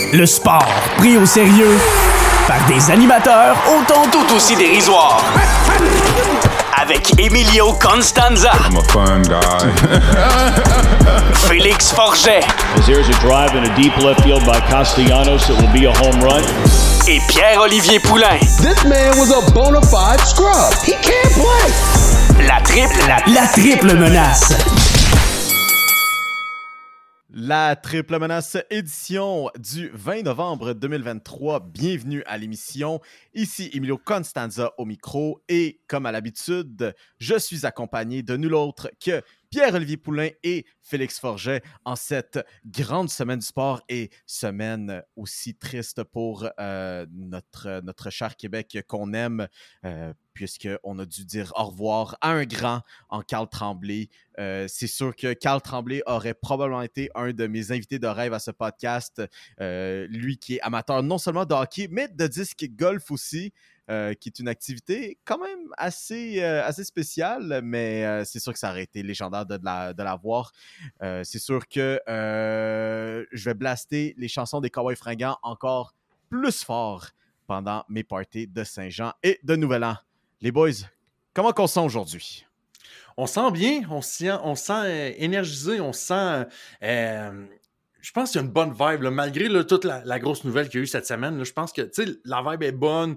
Le sport pris au sérieux par des animateurs autant tout aussi dérisoires. Avec Emilio Constanza. I'm a fun guy. Félix Forget. As there's a drive in a deep left field by Castellanos, it will be a home run. Et Pierre-Olivier Poulain. This man was a bona fide scrub. He can't play. La triple menace. La triple menace édition du 20 novembre 2023. Bienvenue à l'émission. Ici Emilio Constanza au micro et comme à l'habitude, je suis accompagné de nul autre que Pierre-Olivier Poulain et Félix Forget en cette grande semaine du sport et semaine aussi triste pour notre cher Québec qu'on aime puisqu'on a dû dire au revoir à un grand en Carl Tremblay. C'est sûr que Carl Tremblay aurait probablement été un de mes invités de rêve à ce podcast. Lui qui est amateur non seulement de hockey, mais de disque golf aussi. Qui est une activité quand même assez spéciale, mais c'est sûr que ça aurait été légendaire de la voir. C'est sûr que je vais blaster les chansons des Cowboys fringants encore plus fort pendant mes parties de Saint-Jean et de Nouvel An. Les boys, comment qu'on se sent aujourd'hui? On sent bien, on sent énergisé, on sent... je pense qu'il y a une bonne vibe, là, malgré là, toute la grosse nouvelle qu'il y a eu cette semaine. Là, je pense que la vibe est bonne.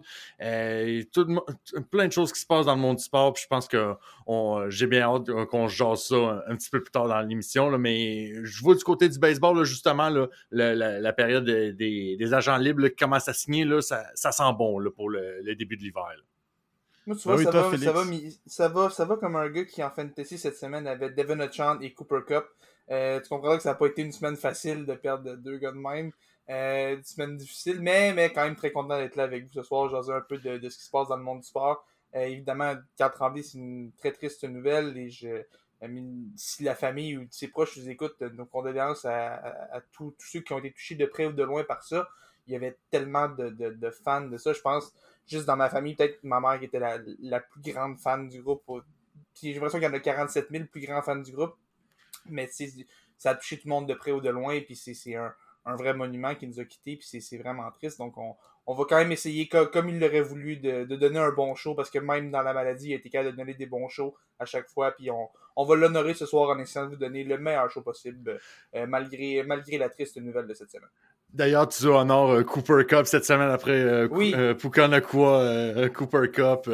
Plein de choses qui se passent dans le monde du sport. Puis je pense que j'ai bien hâte qu'on jase ça un petit peu plus tard dans l'émission. Là, mais je vois du côté du baseball, là, justement, là, la période des agents libres là, qui commencent à signer, là, ça sent bon là, pour le début de l'hiver. Là. Moi, tu vois, oui, ça va comme un gars qui en fantasy cette semaine avait Devin Hutchand et Cooper Kupp. Tu comprendras que ça n'a pas été une semaine facile de perdre deux gars de même. Une semaine difficile, mais quand même très content d'être là avec vous ce soir. Jaser un peu de ce qui se passe dans le monde du sport. Évidemment, Carl Tremblay, c'est une très triste nouvelle et si la famille ou ses proches nous écoutent, nos condoléances à tous ceux qui ont été touchés de près ou de loin par ça. Il y avait tellement de fans de ça. Je pense, juste dans ma famille, peut-être ma mère qui était la plus grande fan du groupe. Puis j'ai l'impression qu'il y en a 47 000 plus grands fans du groupe. Mais ça a touché tout le monde de près ou de loin. Puis c'est un vrai monument qui nous a quittés. Puis c'est vraiment triste. Donc on va quand même essayer, comme il l'aurait voulu, de donner un bon show. Parce que même dans la maladie, il a été capable de donner des bons shows à chaque fois. Puis on va l'honorer ce soir en essayant de vous donner le meilleur show possible. Malgré la triste nouvelle de cette semaine. D'ailleurs, tu honores Cooper Kupp cette semaine après Puka Nacua, Cooper Kupp.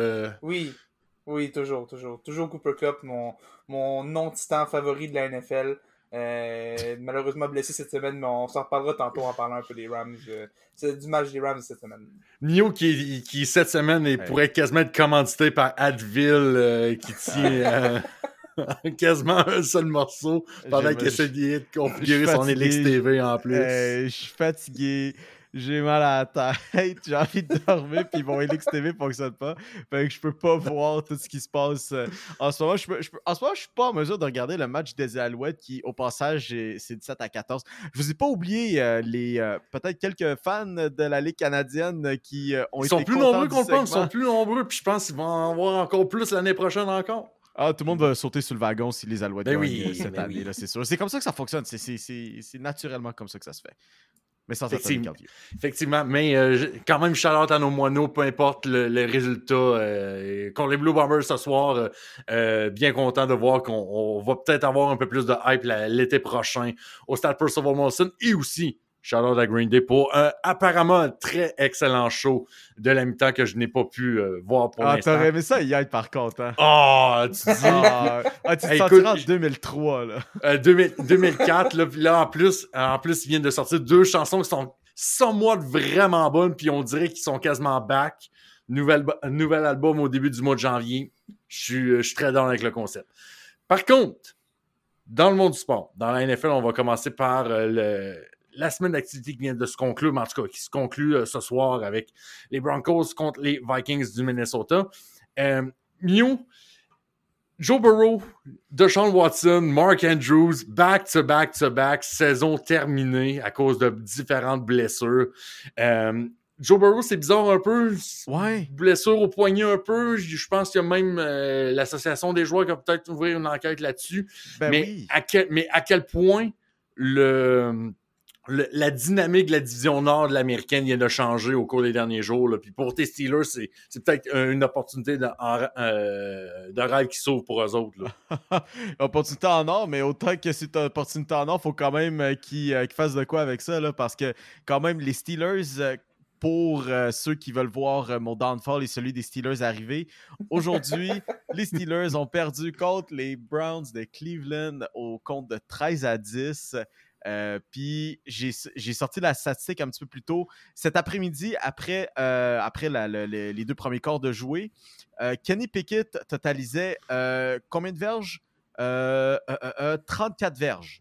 Oui, toujours Cooper Kupp, mon non-titan favori de la NFL. Malheureusement blessé cette semaine, mais on s'en reparlera tantôt en parlant un peu des Rams. C'est du match des Rams cette semaine. Nio qui cette semaine pourrait quasiment être commandité par Advil qui tient... quasiment un seul morceau pendant qu'il essaie de configurer son Elix TV en plus. Je suis fatigué, j'ai mal à la tête, j'ai envie de dormir, puis mon Elix TV fonctionne pas. Fait que je peux pas voir tout ce qui se passe. En ce moment, je suis pas en mesure de regarder le match des Alouettes qui, au passage, c'est 17-14. Je vous ai pas oublié peut-être quelques fans de la Ligue canadienne qui ont été contents. Ils sont plus nombreux qu'on le pense, ils sont plus nombreux, puis je pense qu'ils vont en avoir encore plus l'année prochaine encore. Ah, tout le monde va sauter sur le wagon si les Alouettes gagnent cette année, là, c'est sûr. C'est comme ça que ça fonctionne. C'est naturellement comme ça que ça se fait. Mais sans Effectivement, mais quand même, shout-out à nos moineaux, peu importe le résultat. Contre les Blue Bombers ce soir, bien content de voir qu'on va peut-être avoir un peu plus de hype l'été prochain au Stade Percival Molson et aussi shout-out à Green Day pour apparemment un très excellent show de la mi-temps que je n'ai pas pu voir pour l'instant. T'aurais aimé ça hier par contre, hein? Tu dis... tu te sentiras en 2003, là. 2004, là, en plus, ils viennent de sortir deux chansons qui sont somewhat vraiment bonnes, puis on dirait qu'ils sont quasiment back. Nouvel album au début du mois de janvier. Je suis très down avec le concept. Par contre, dans le monde du sport, dans la NFL, on va commencer par la semaine d'activité qui vient de se conclure, mais en tout cas, qui se conclut ce soir avec les Broncos contre les Vikings du Minnesota. Joe Burrow, Deshaun Watson, Mark Andrews, back-to-back-to-back, saison terminée à cause de différentes blessures. Joe Burrow, c'est bizarre un peu. Ouais. Blessure au poignet un peu. Je pense qu'il y a même l'association des joueurs qui va peut-être ouvrir une enquête là-dessus. Mais à quel point la dynamique de la division nord de l'américaine vient de changer au cours des derniers jours. Là. Puis pour tes Steelers, c'est peut-être une opportunité de rêve qui s'ouvre pour eux autres. Là. Opportunité en or, mais autant que c'est une opportunité en or, il faut quand même qu'ils fassent de quoi avec ça, là, parce que quand même, les Steelers, pour ceux qui veulent voir mon downfall et celui des Steelers arriver, aujourd'hui, les Steelers ont perdu contre les Browns de Cleveland au compte de 13-10. Puis j'ai sorti la statistique un petit peu plus tôt. Cet après-midi, après les 2 premiers quarts de jouer, Kenny Pickett totalisait combien de verges? 34 verges.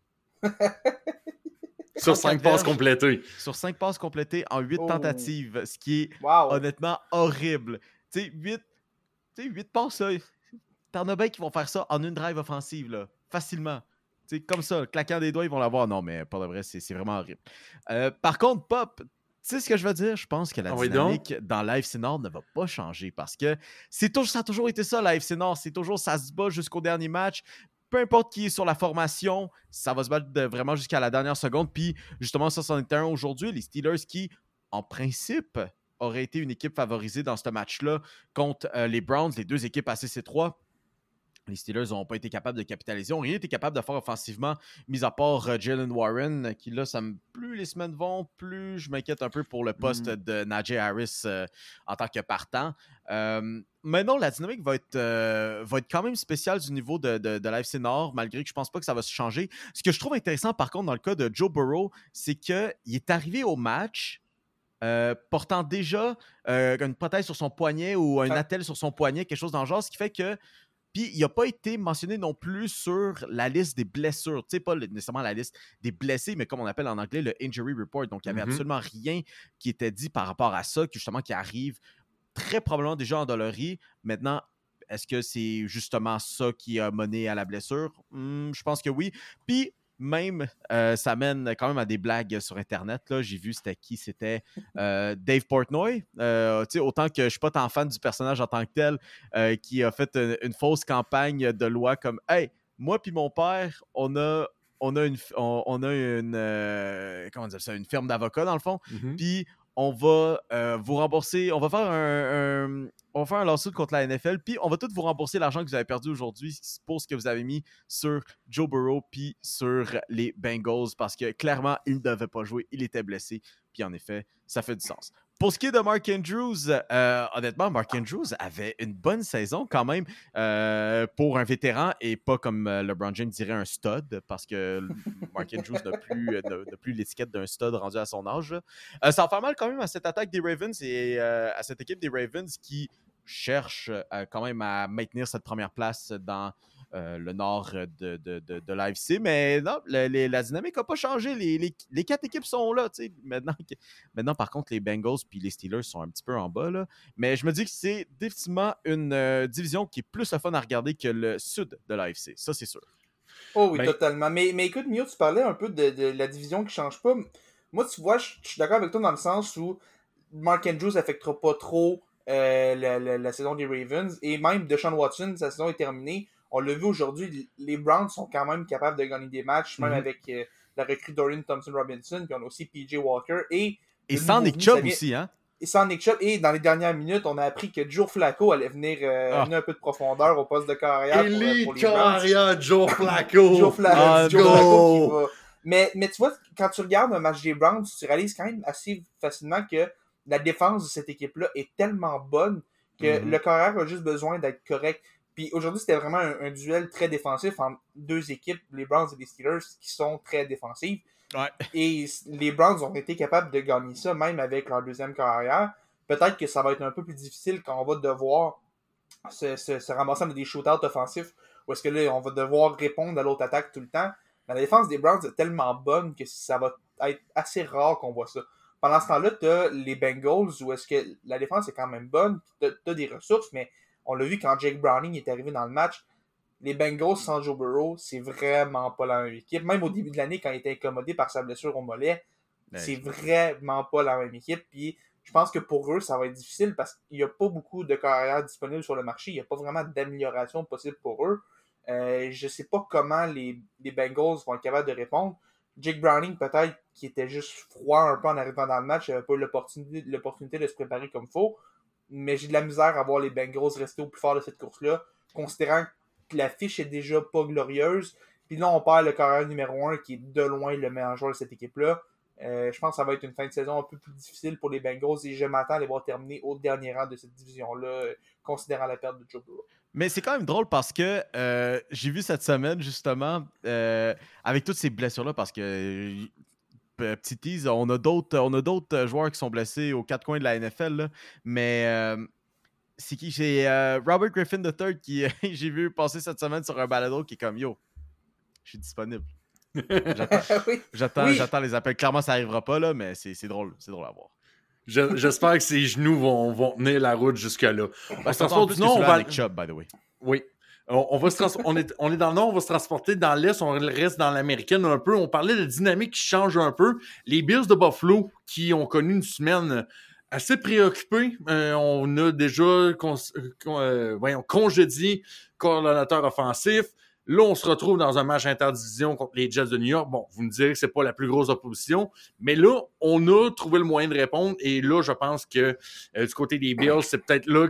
Sur 5 passes complétées. Sur 5 passes complétées en 8 tentatives, ce qui est honnêtement horrible. Tu sais, 8 passes, là, t'en as bien qui vont faire ça en une drive offensive, là, facilement. T'sais, comme ça, claquant des doigts, ils vont l'avoir. Non, mais pas de vrai, c'est vraiment horrible. Par contre, Pop, tu sais ce que je veux dire? Je pense que la dynamique dans l'AFC Nord ne va pas changer parce que ça a toujours été ça, l'AFC Nord. C'est toujours, ça se bat jusqu'au dernier match. Peu importe qui est sur la formation, ça va se battre vraiment jusqu'à la dernière seconde. Puis, justement, ça, c'en est un aujourd'hui. Les Steelers qui, en principe, auraient été une équipe favorisée dans ce match-là contre les Browns, les 2 équipes à 6-3. Les Steelers n'ont pas été capables de capitaliser, n'ont rien été capables de faire offensivement, mis à part Jalen Warren, qui là, plus les semaines vont, plus je m'inquiète un peu pour le poste de Najee Harris en tant que partant. Mais non, la dynamique va être quand même spéciale du niveau de l'AFC Nord, malgré que je pense pas que ça va se changer. Ce que je trouve intéressant, par contre, dans le cas de Joe Burrow, c'est qu'il est arrivé au match portant déjà une prothèse sur son poignet ou un attelle sur son poignet, quelque chose dans le genre, ce qui fait que puis, il n'a pas été mentionné non plus sur la liste des blessures. Tu sais, pas nécessairement la liste des blessés, mais comme on appelle en anglais, le Injury Report. Donc, il n'y avait absolument rien qui était dit par rapport à ça, justement, qui arrive très probablement déjà en endolori. Maintenant, est-ce que c'est justement ça qui a mené à la blessure? Je pense que oui. Puis, même, ça mène quand même à des blagues sur Internet. Là. J'ai vu c'était Dave Portnoy. Autant que je ne suis pas tant fan du personnage en tant que tel, qui a fait une fausse campagne de loi comme « Hey, moi puis mon père, on a une comment dire ça, une firme d'avocats dans le fond. Puis on va vous rembourser, on va faire un lawsuit contre la NFL, puis on va tout vous rembourser l'argent que vous avez perdu aujourd'hui pour ce que vous avez mis sur Joe Burrow puis sur les Bengals, parce que clairement, il ne devait pas jouer, il était blessé, puis en effet, ça fait du sens. Pour ce qui est de Mark Andrews, honnêtement, Mark Andrews avait une bonne saison quand même pour un vétéran et pas comme LeBron James dirait un stud, parce que Mark Andrews n'a plus l'étiquette d'un stud rendu à son âge. Ça va faire mal quand même à cette attaque des Ravens et à cette équipe des Ravens qui cherche quand même à maintenir cette première place dans le nord de l'AFC, mais non, la dynamique n'a pas changé. Les 4 équipes sont là. Maintenant, par contre, les Bengals puis les Steelers sont un petit peu en bas. Là. Mais je me dis que c'est définitivement une division qui est plus le fun à regarder que le sud de l'AFC. Ça, c'est sûr. Oh oui, totalement. Mais écoute, Mio, tu parlais un peu de la division qui ne change pas. Moi, tu vois, je suis d'accord avec toi dans le sens où Mark Andrews n'affectera pas trop la saison des Ravens. Et même Deshaun Watson, sa saison est terminée. On l'a vu aujourd'hui, les Browns sont quand même capables de gagner des matchs, même avec la recrue Dorian Thompson-Robinson. Puis on a aussi P.J. Walker. Et sans Nick Chubb aussi, hein? Et sans Nick Chubb. Et dans les dernières minutes, on a appris que Joe Flacco allait venir amener un peu de profondeur au poste de carrière. Elite carrière, Joe Flacco! Joe Flacco qui va... Mais tu vois, quand tu regardes un match des Browns, tu réalises quand même assez facilement que la défense de cette équipe-là est tellement bonne que le carrière a juste besoin d'être correct. Puis aujourd'hui, c'était vraiment un duel très défensif entre 2 équipes, les Browns et les Steelers, qui sont très défensives. Ouais. Et les Browns ont été capables de gagner ça, même avec leur deuxième carrière. Peut-être que ça va être un peu plus difficile quand on va devoir se ramasser dans des shootouts offensifs, où est-ce que là, on va devoir répondre à l'autre attaque tout le temps. Mais la défense des Browns est tellement bonne que ça va être assez rare qu'on voit ça. Pendant ce temps-là, tu as les Bengals, où est-ce que la défense est quand même bonne, tu as des ressources, mais on l'a vu quand Jake Browning est arrivé dans le match, les Bengals sans Joe Burrow, c'est vraiment pas la même équipe. Même au début de l'année, quand il était incommodé par sa blessure au mollet, c'est vraiment pas la même équipe. Puis je pense que pour eux, ça va être difficile parce qu'il n'y a pas beaucoup de carrières disponibles sur le marché. Il n'y a pas vraiment d'amélioration possible pour eux. Je sais pas comment les Bengals vont être capables de répondre. Jake Browning, peut-être, qui était juste froid un peu en arrivant dans le match, n'avait pas eu l'opportunité de se préparer comme il faut. Mais j'ai de la misère à voir les Bengals rester au plus fort de cette course-là, considérant que la fiche est déjà pas glorieuse. Puis là, on perd le carrière numéro 1, qui est de loin le meilleur joueur de cette équipe-là. Je pense que ça va être une fin de saison un peu plus difficile pour les Bengals et je m'attends à les voir terminer au dernier rang de cette division-là, considérant la perte de Joe Burrow. Mais c'est quand même drôle parce que j'ai vu cette semaine, justement, avec toutes ces blessures-là, parce que, petit tease, on a d'autres joueurs qui sont blessés aux quatre coins de la NFL, là, mais c'est qui? J'ai Robert Griffin III qui, j'ai vu passer cette semaine sur un balado qui est comme « Yo, je suis disponible. » J'attends les appels. Clairement, ça n'arrivera pas, là, mais c'est drôle à voir. J'espère que ses genoux vont tenir la route jusque-là. On va avec Chubb, by the way. Oui. On est dans le nord, on va se transporter dans l'est, on reste dans l'américaine un peu. On parlait de dynamique qui change un peu. Les Bills de Buffalo, qui ont connu une semaine assez préoccupée. On a déjà congédié coordonnateur offensif. Là, on se retrouve dans un match interdivision contre les Jets de New York. Bon, vous me direz que c'est pas la plus grosse opposition, mais là, on a trouvé le moyen de répondre. Et là, je pense que du côté des Bills, c'est peut-être là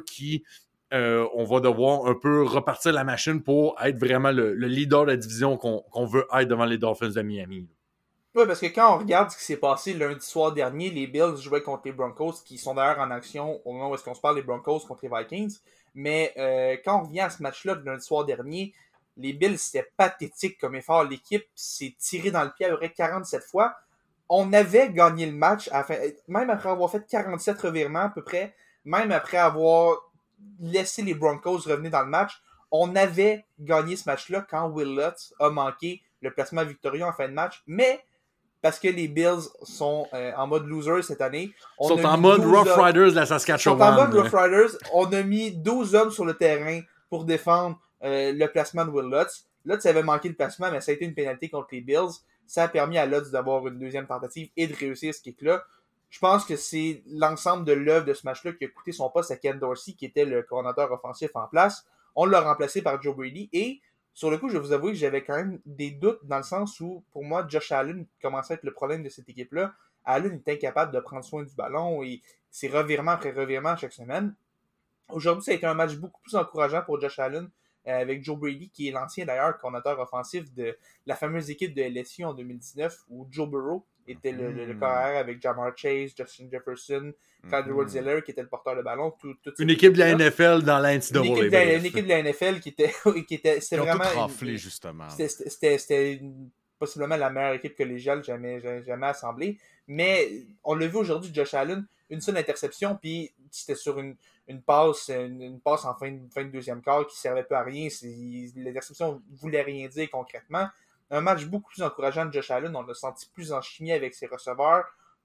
on va devoir un peu repartir la machine pour être vraiment le leader de la division qu'on veut être devant les Dolphins de Miami. Oui, parce que quand on regarde ce qui s'est passé lundi soir dernier, les Bills jouaient contre les Broncos, qui sont d'ailleurs en action au moment où est-ce qu'on se parle, les Broncos contre les Vikings. Mais quand on revient à ce match-là de lundi soir dernier, les Bills, c'était pathétique comme effort. L'équipe s'est tirée dans le pied à peu près 47 fois. On avait gagné le match, même après avoir fait 47 revirements à peu près, même après avoir laissé les Broncos revenir dans le match, on avait gagné ce match-là quand Will Lutz a manqué le placement victorieux en fin de match. Mais parce que les Bills sont en mode loser cette année. Ils sont en mode Rough Riders de la Saskatchewan. Ils sont en mode Rough Riders. On a mis 12 hommes sur le terrain pour défendre le placement de Will Lutz. Lutz avait manqué le placement, mais ça a été une pénalité contre les Bills. Ça a permis à Lutz d'avoir une deuxième tentative et de réussir ce kick-là. Je pense que c'est l'ensemble de l'œuvre de ce match-là qui a coûté son poste à Ken Dorsey, qui était le coordonnateur offensif en place. On l'a remplacé par Joe Brady. Et sur le coup, je vais vous avouer que j'avais quand même des doutes dans le sens où, pour moi, Josh Allen commençait à être le problème de cette équipe-là. Allen était incapable de prendre soin du ballon et c'est revirement après revirement chaque semaine. Aujourd'hui, ça a été un match beaucoup plus encourageant pour Josh Allen avec Joe Brady, qui est l'ancien d'ailleurs coordonnateur offensif de la fameuse équipe de LSU en 2019 où Joe Burrow était le carrière avec Ja'Marr Chase, Justin Jefferson, Clyde Edwards-Helaire qui était le porteur de ballon. Une équipe de la NFL dans l'NCAA. Une équipe de la NFL qui était c'était vraiment tout raflé, justement. C'était possiblement la meilleure équipe collégiale jamais assemblée. Mais on l'a vu aujourd'hui, Josh Allen, une seule interception, puis c'était sur une passe en fin de deuxième quart qui servait peu à rien. L'interception ne voulait rien dire concrètement. Un match beaucoup plus encourageant de Josh Allen. On l'a senti plus en chimie avec ses receveurs.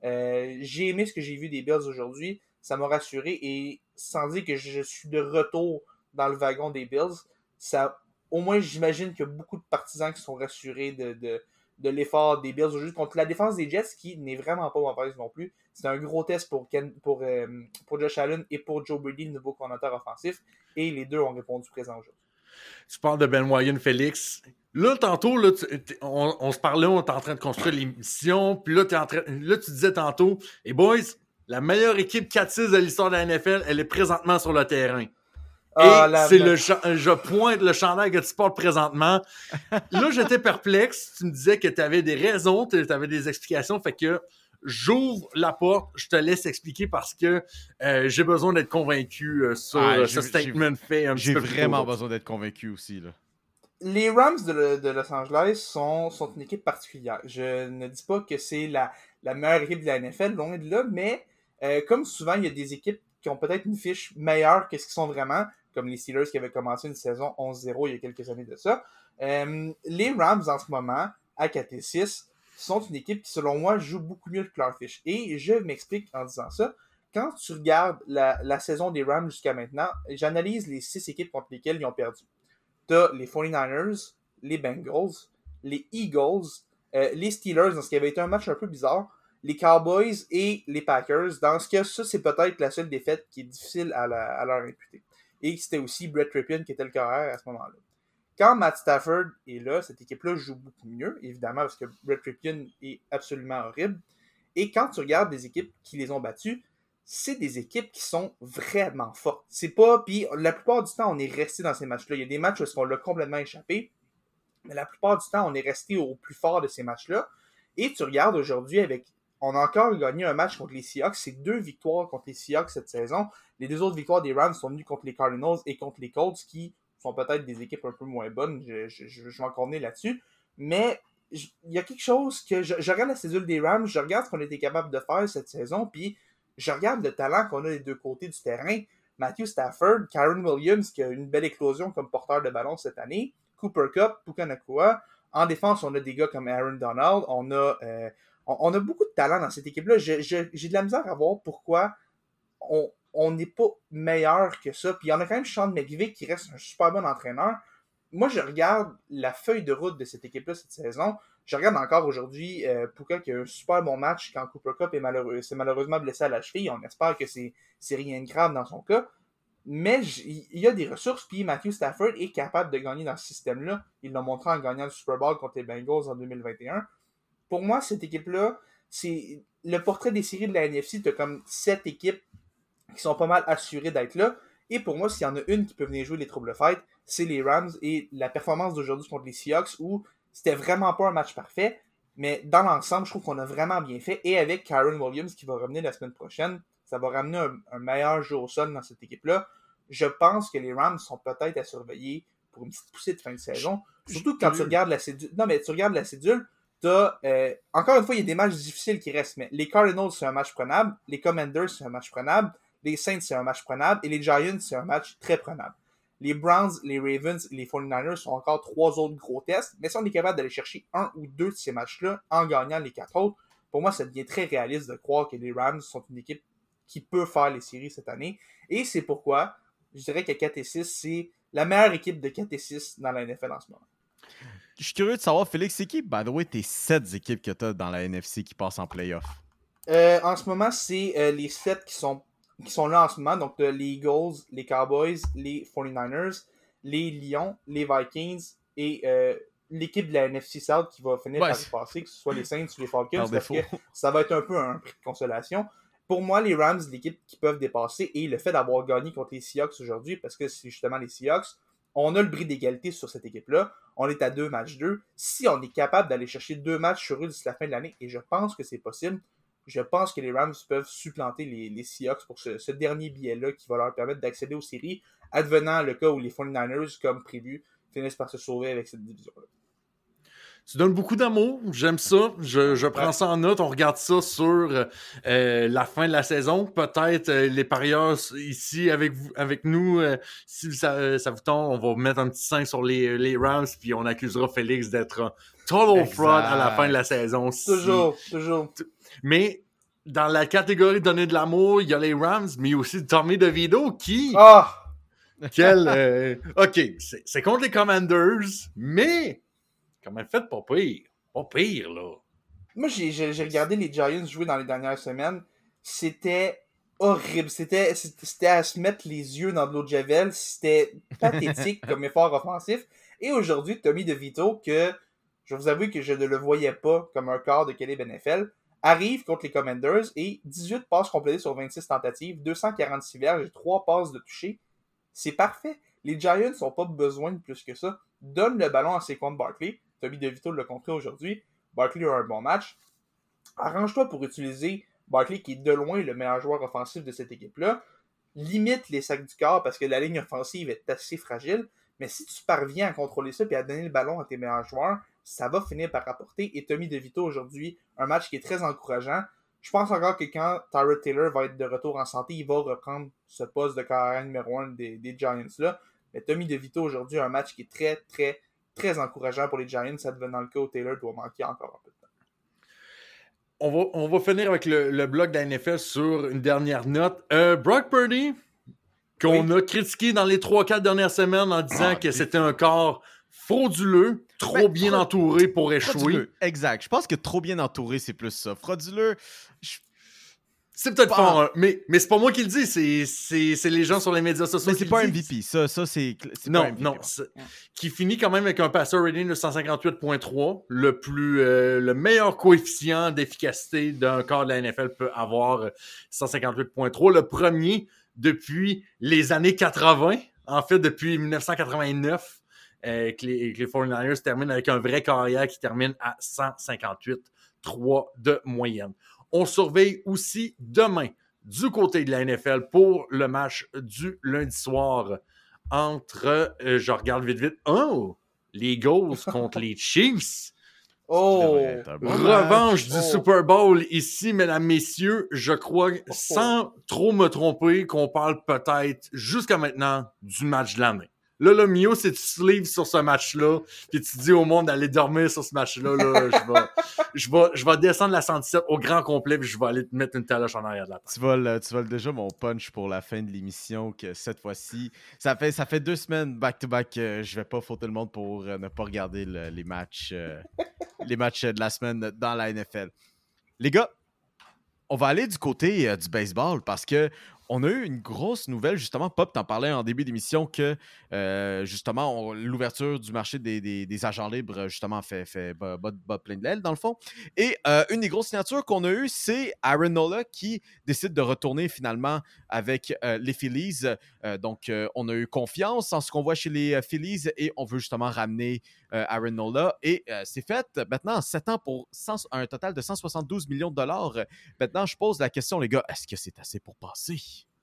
J'ai aimé ce que j'ai vu des Bills aujourd'hui. Ça m'a rassuré. Et sans dire que je suis de retour dans le wagon des Bills, au moins, j'imagine qu'il y a beaucoup de partisans qui sont rassurés de l'effort des Bills aujourd'hui contre la défense des Jets, qui n'est vraiment pas mauvaise non plus. C'est un gros test pour Josh Allen et pour Joe Brady, le nouveau coordinateur offensif. Et les deux ont répondu présent aujourd'hui. Tu parles de Ben Wyan, Félix. Là, tantôt, là, on se parlait, on était en train de construire l'émission, puis là, tu disais tantôt, hey boys, la meilleure équipe 4-6 de l'histoire de la NFL, elle est présentement sur le terrain. Je pointe le chandail que tu portes présentement. Là, j'étais perplexe. Tu me disais que tu avais des raisons, tu avais des explications, fait que j'ouvre la porte, je te laisse expliquer parce que j'ai besoin d'être convaincu sur ce statement fait un petit peu plus tôt. J'ai vraiment besoin d'être convaincu aussi, là. Les Rams de Los Angeles sont une équipe particulière. Je ne dis pas que c'est la meilleure équipe de la NFL, loin de là, mais comme souvent, il y a des équipes qui ont peut-être une fiche meilleure que ce qu'ils sont vraiment, comme les Steelers qui avaient commencé une saison 11-0 il y a quelques années de ça. Les Rams, en ce moment, à 4-6, sont une équipe qui, selon moi, joue beaucoup mieux que leur fiche. Et je m'explique en disant ça. Quand tu regardes la saison des Rams jusqu'à maintenant, j'analyse les 6 équipes contre lesquelles ils ont perdu. T'as les 49ers, les Bengals, les Eagles, les Steelers, dans ce qui avait été un match un peu bizarre, les Cowboys et les Packers. Dans ce cas, ça, c'est peut-être la seule défaite qui est difficile à leur imputer. Et c'était aussi Brett Rypien qui était le carrière à ce moment-là. Quand Matt Stafford est là, cette équipe-là joue beaucoup mieux, évidemment, parce que Brett Rypien est absolument horrible. Et quand tu regardes des équipes qui les ont battues, c'est des équipes qui sont vraiment fortes. C'est pas... Puis la plupart du temps, on est resté dans ces matchs-là. Il y a des matchs où on l'a complètement échappé, mais la plupart du temps, on est resté au plus fort de ces matchs-là. Et tu regardes aujourd'hui avec... On a encore gagné un match contre les Seahawks. C'est 2 victoires contre les Seahawks cette saison. Les 2 autres victoires des Rams sont venues contre les Cardinals et contre les Colts, qui sont peut-être des équipes un peu moins bonnes. Je vais en convenir là-dessus. Mais il y a quelque chose que... Je regarde la cédule des Rams, je regarde ce qu'on a été capable de faire cette saison, puis je regarde le talent qu'on a des deux côtés du terrain. Matthew Stafford, Kyren Williams, qui a une belle éclosion comme porteur de ballon cette année, Cooper Kupp, Puka Nacua. En défense, on a des gars comme Aaron Donald. On a beaucoup de talent dans cette équipe-là. J'ai de la misère à voir pourquoi on n'est pas meilleur que ça. Puis il y en a quand même Sean McVay qui reste un super bon entraîneur. Moi, je regarde la feuille de route de cette équipe-là cette saison. Je regarde encore aujourd'hui Puka qui a un super bon match quand Cooper Kupp s'est malheureusement blessé à la cheville. On espère que c'est rien de grave dans son cas. Mais il y a des ressources, puis Matthew Stafford est capable de gagner dans ce système-là. Il l'a montré en gagnant le Super Bowl contre les Bengals en 2021. Pour moi, cette équipe-là, c'est le portrait des séries de la NFC. Tu as comme 7 équipes qui sont pas mal assurées d'être là. Et pour moi, s'il y en a une qui peut venir jouer les troubles fight, c'est les Rams. Et la performance d'aujourd'hui contre les Seahawks, où c'était vraiment pas un match parfait, mais dans l'ensemble, je trouve qu'on a vraiment bien fait. Et avec Kyren Williams qui va revenir la semaine prochaine, ça va ramener un meilleur jeu au sol dans cette équipe-là. Je pense que les Rams sont peut-être à surveiller pour une petite poussée de fin de saison. Surtout quand tu regardes la cédule. Non, mais tu regardes la cédule, t'as... encore une fois, il y a des matchs difficiles qui restent, mais les Cardinals, c'est un match prenable. Les Commanders, c'est un match prenable. Les Saints, c'est un match prenable. Et les Giants, c'est un match très prenable. Les Browns, les Ravens et les 49ers sont encore 3 autres gros tests. Mais si on est capable d'aller chercher 1 ou 2 de ces matchs-là en gagnant les 4 autres, pour moi, ça devient très réaliste de croire que les Rams sont une équipe qui peut faire les séries cette année. Et c'est pourquoi je dirais que 4-6, c'est la meilleure équipe de 4-6 dans la NFL en ce moment. Je suis curieux de savoir, Félix, c'est qui, by the way, tes 7 équipes que tu as dans la NFC qui passent en playoff? En ce moment, c'est les 7 qui sont là en ce moment. Donc, les Eagles, les Cowboys, les 49ers, les Lions, les Vikings et l'équipe de la NFC South qui va finir par y passer, que ce soit les Saints ou les Falcons, parce que ça va être un peu un prix de consolation. Pour moi, les Rams, l'équipe qui peuvent dépasser, et le fait d'avoir gagné contre les Seahawks aujourd'hui, parce que c'est justement les Seahawks, on a le bris d'égalité sur cette équipe-là. On est à 2 matchs 2. Si on est capable d'aller chercher 2 matchs sur eux d'ici la fin de l'année, et je pense que c'est possible, je pense que les Rams peuvent supplanter les Seahawks pour ce dernier billet-là qui va leur permettre d'accéder aux séries, advenant le cas où les 49ers, comme prévu, finissent par se sauver avec cette division-là. Tu donnes beaucoup d'amour, j'aime ça, je prends ça en note, on regarde ça sur la fin de la saison, peut-être les parieurs ici avec nous, si ça vous tente, on va mettre un petit 5 sur les Rams, puis on accusera Félix d'être total fraud à la fin de la saison. Toujours. Mais dans la catégorie donner de l'amour, il y a les Rams, mais aussi Tommy DeVito qui... OK, c'est contre les Commanders, mais... Comment elle fait pas pire? Pas pire, là. Moi, j'ai regardé les Giants jouer dans les dernières semaines. C'était horrible. C'était à se mettre les yeux dans de l'eau de Javel. C'était pathétique comme effort offensif. Et aujourd'hui, Tommy DeVito, que je vous avoue que je ne le voyais pas comme un quart de calibre NFL, arrive contre les Commanders et 18 passes complétées sur 26 tentatives, 246 verges et 3 passes de toucher. C'est parfait. Les Giants n'ont pas besoin de plus que ça. Donne le ballon à Saquon Barkley. Tommy DeVito l'a compris aujourd'hui. Barkley a un bon match. Arrange-toi pour utiliser Barkley, qui est de loin le meilleur joueur offensif de cette équipe-là. Limite les sacs du corps parce que la ligne offensive est assez fragile. Mais si tu parviens à contrôler ça et à donner le ballon à tes meilleurs joueurs, ça va finir par rapporter. Et Tommy DeVito aujourd'hui, un match qui est très encourageant. Je pense encore que quand Tyrod Taylor va être de retour en santé, il va reprendre ce poste de carrière numéro 1 des Giants-là. Mais Tommy DeVito aujourd'hui, un match qui est très, très, très encourageant pour les Giants, ça devenant le cas où Taylor doit manquer encore un peu de temps. On va finir avec le bloc de la NFL sur une dernière note. Brock Purdy, qu'on a critiqué dans les 3-4 dernières semaines en disant que c'était un corps frauduleux, trop bien entouré pour échouer. Frauduleux, exact. Je pense que trop bien entouré, c'est plus ça. Frauduleux, C'est peut-être fort, hein, mais c'est pas moi qui le dis, c'est les gens sur les médias sociaux. Mais c'est pas MVP, ça c'est non, pas MVP, non, qui finit quand même avec un passer rating de 158.3, le meilleur coefficient d'efficacité d'un corps de la NFL peut avoir 158.3, le premier depuis les années 80, en fait depuis 1989, que les 49ers terminent avec un vrai carrière qui termine à 158.3 de moyenne. On surveille aussi demain du côté de la NFL pour le match du lundi soir entre, je regarde vite, les Eagles contre les Chiefs. Revanche du Super Bowl ici, mesdames, messieurs. Je crois, sans trop me tromper, qu'on parle peut-être jusqu'à maintenant du match de l'année. Là, Mio, si tu te livres sur ce match-là, puis tu dis au monde d'aller dormir sur ce match-là, là, je vais descendre la 117 au grand complet, puis je vais aller te mettre une taloche en arrière de la tête. Tu voles déjà mon punch pour la fin de l'émission, que cette fois-ci, ça fait 2 semaines back-to-back que je vais pas fauter le monde pour ne pas regarder les matchs de la semaine dans la NFL. Les gars, on va aller du côté du baseball parce que on a eu une grosse nouvelle, justement. Pop t'en parlait en début d'émission que, justement, l'ouverture du marché des agents libres, justement, fait bas plein de l'aile, dans le fond. Et une des grosses signatures qu'on a eues, c'est Aaron Nola qui décide de retourner finalement avec les Phillies. Donc, on a eu confiance en ce qu'on voit chez les Phillies et on veut justement ramener Aaron Nola. Et c'est fait maintenant en 7 ans pour un total de 172 millions de dollars. Maintenant, je pose la question, les gars, est-ce que c'est assez pour passer?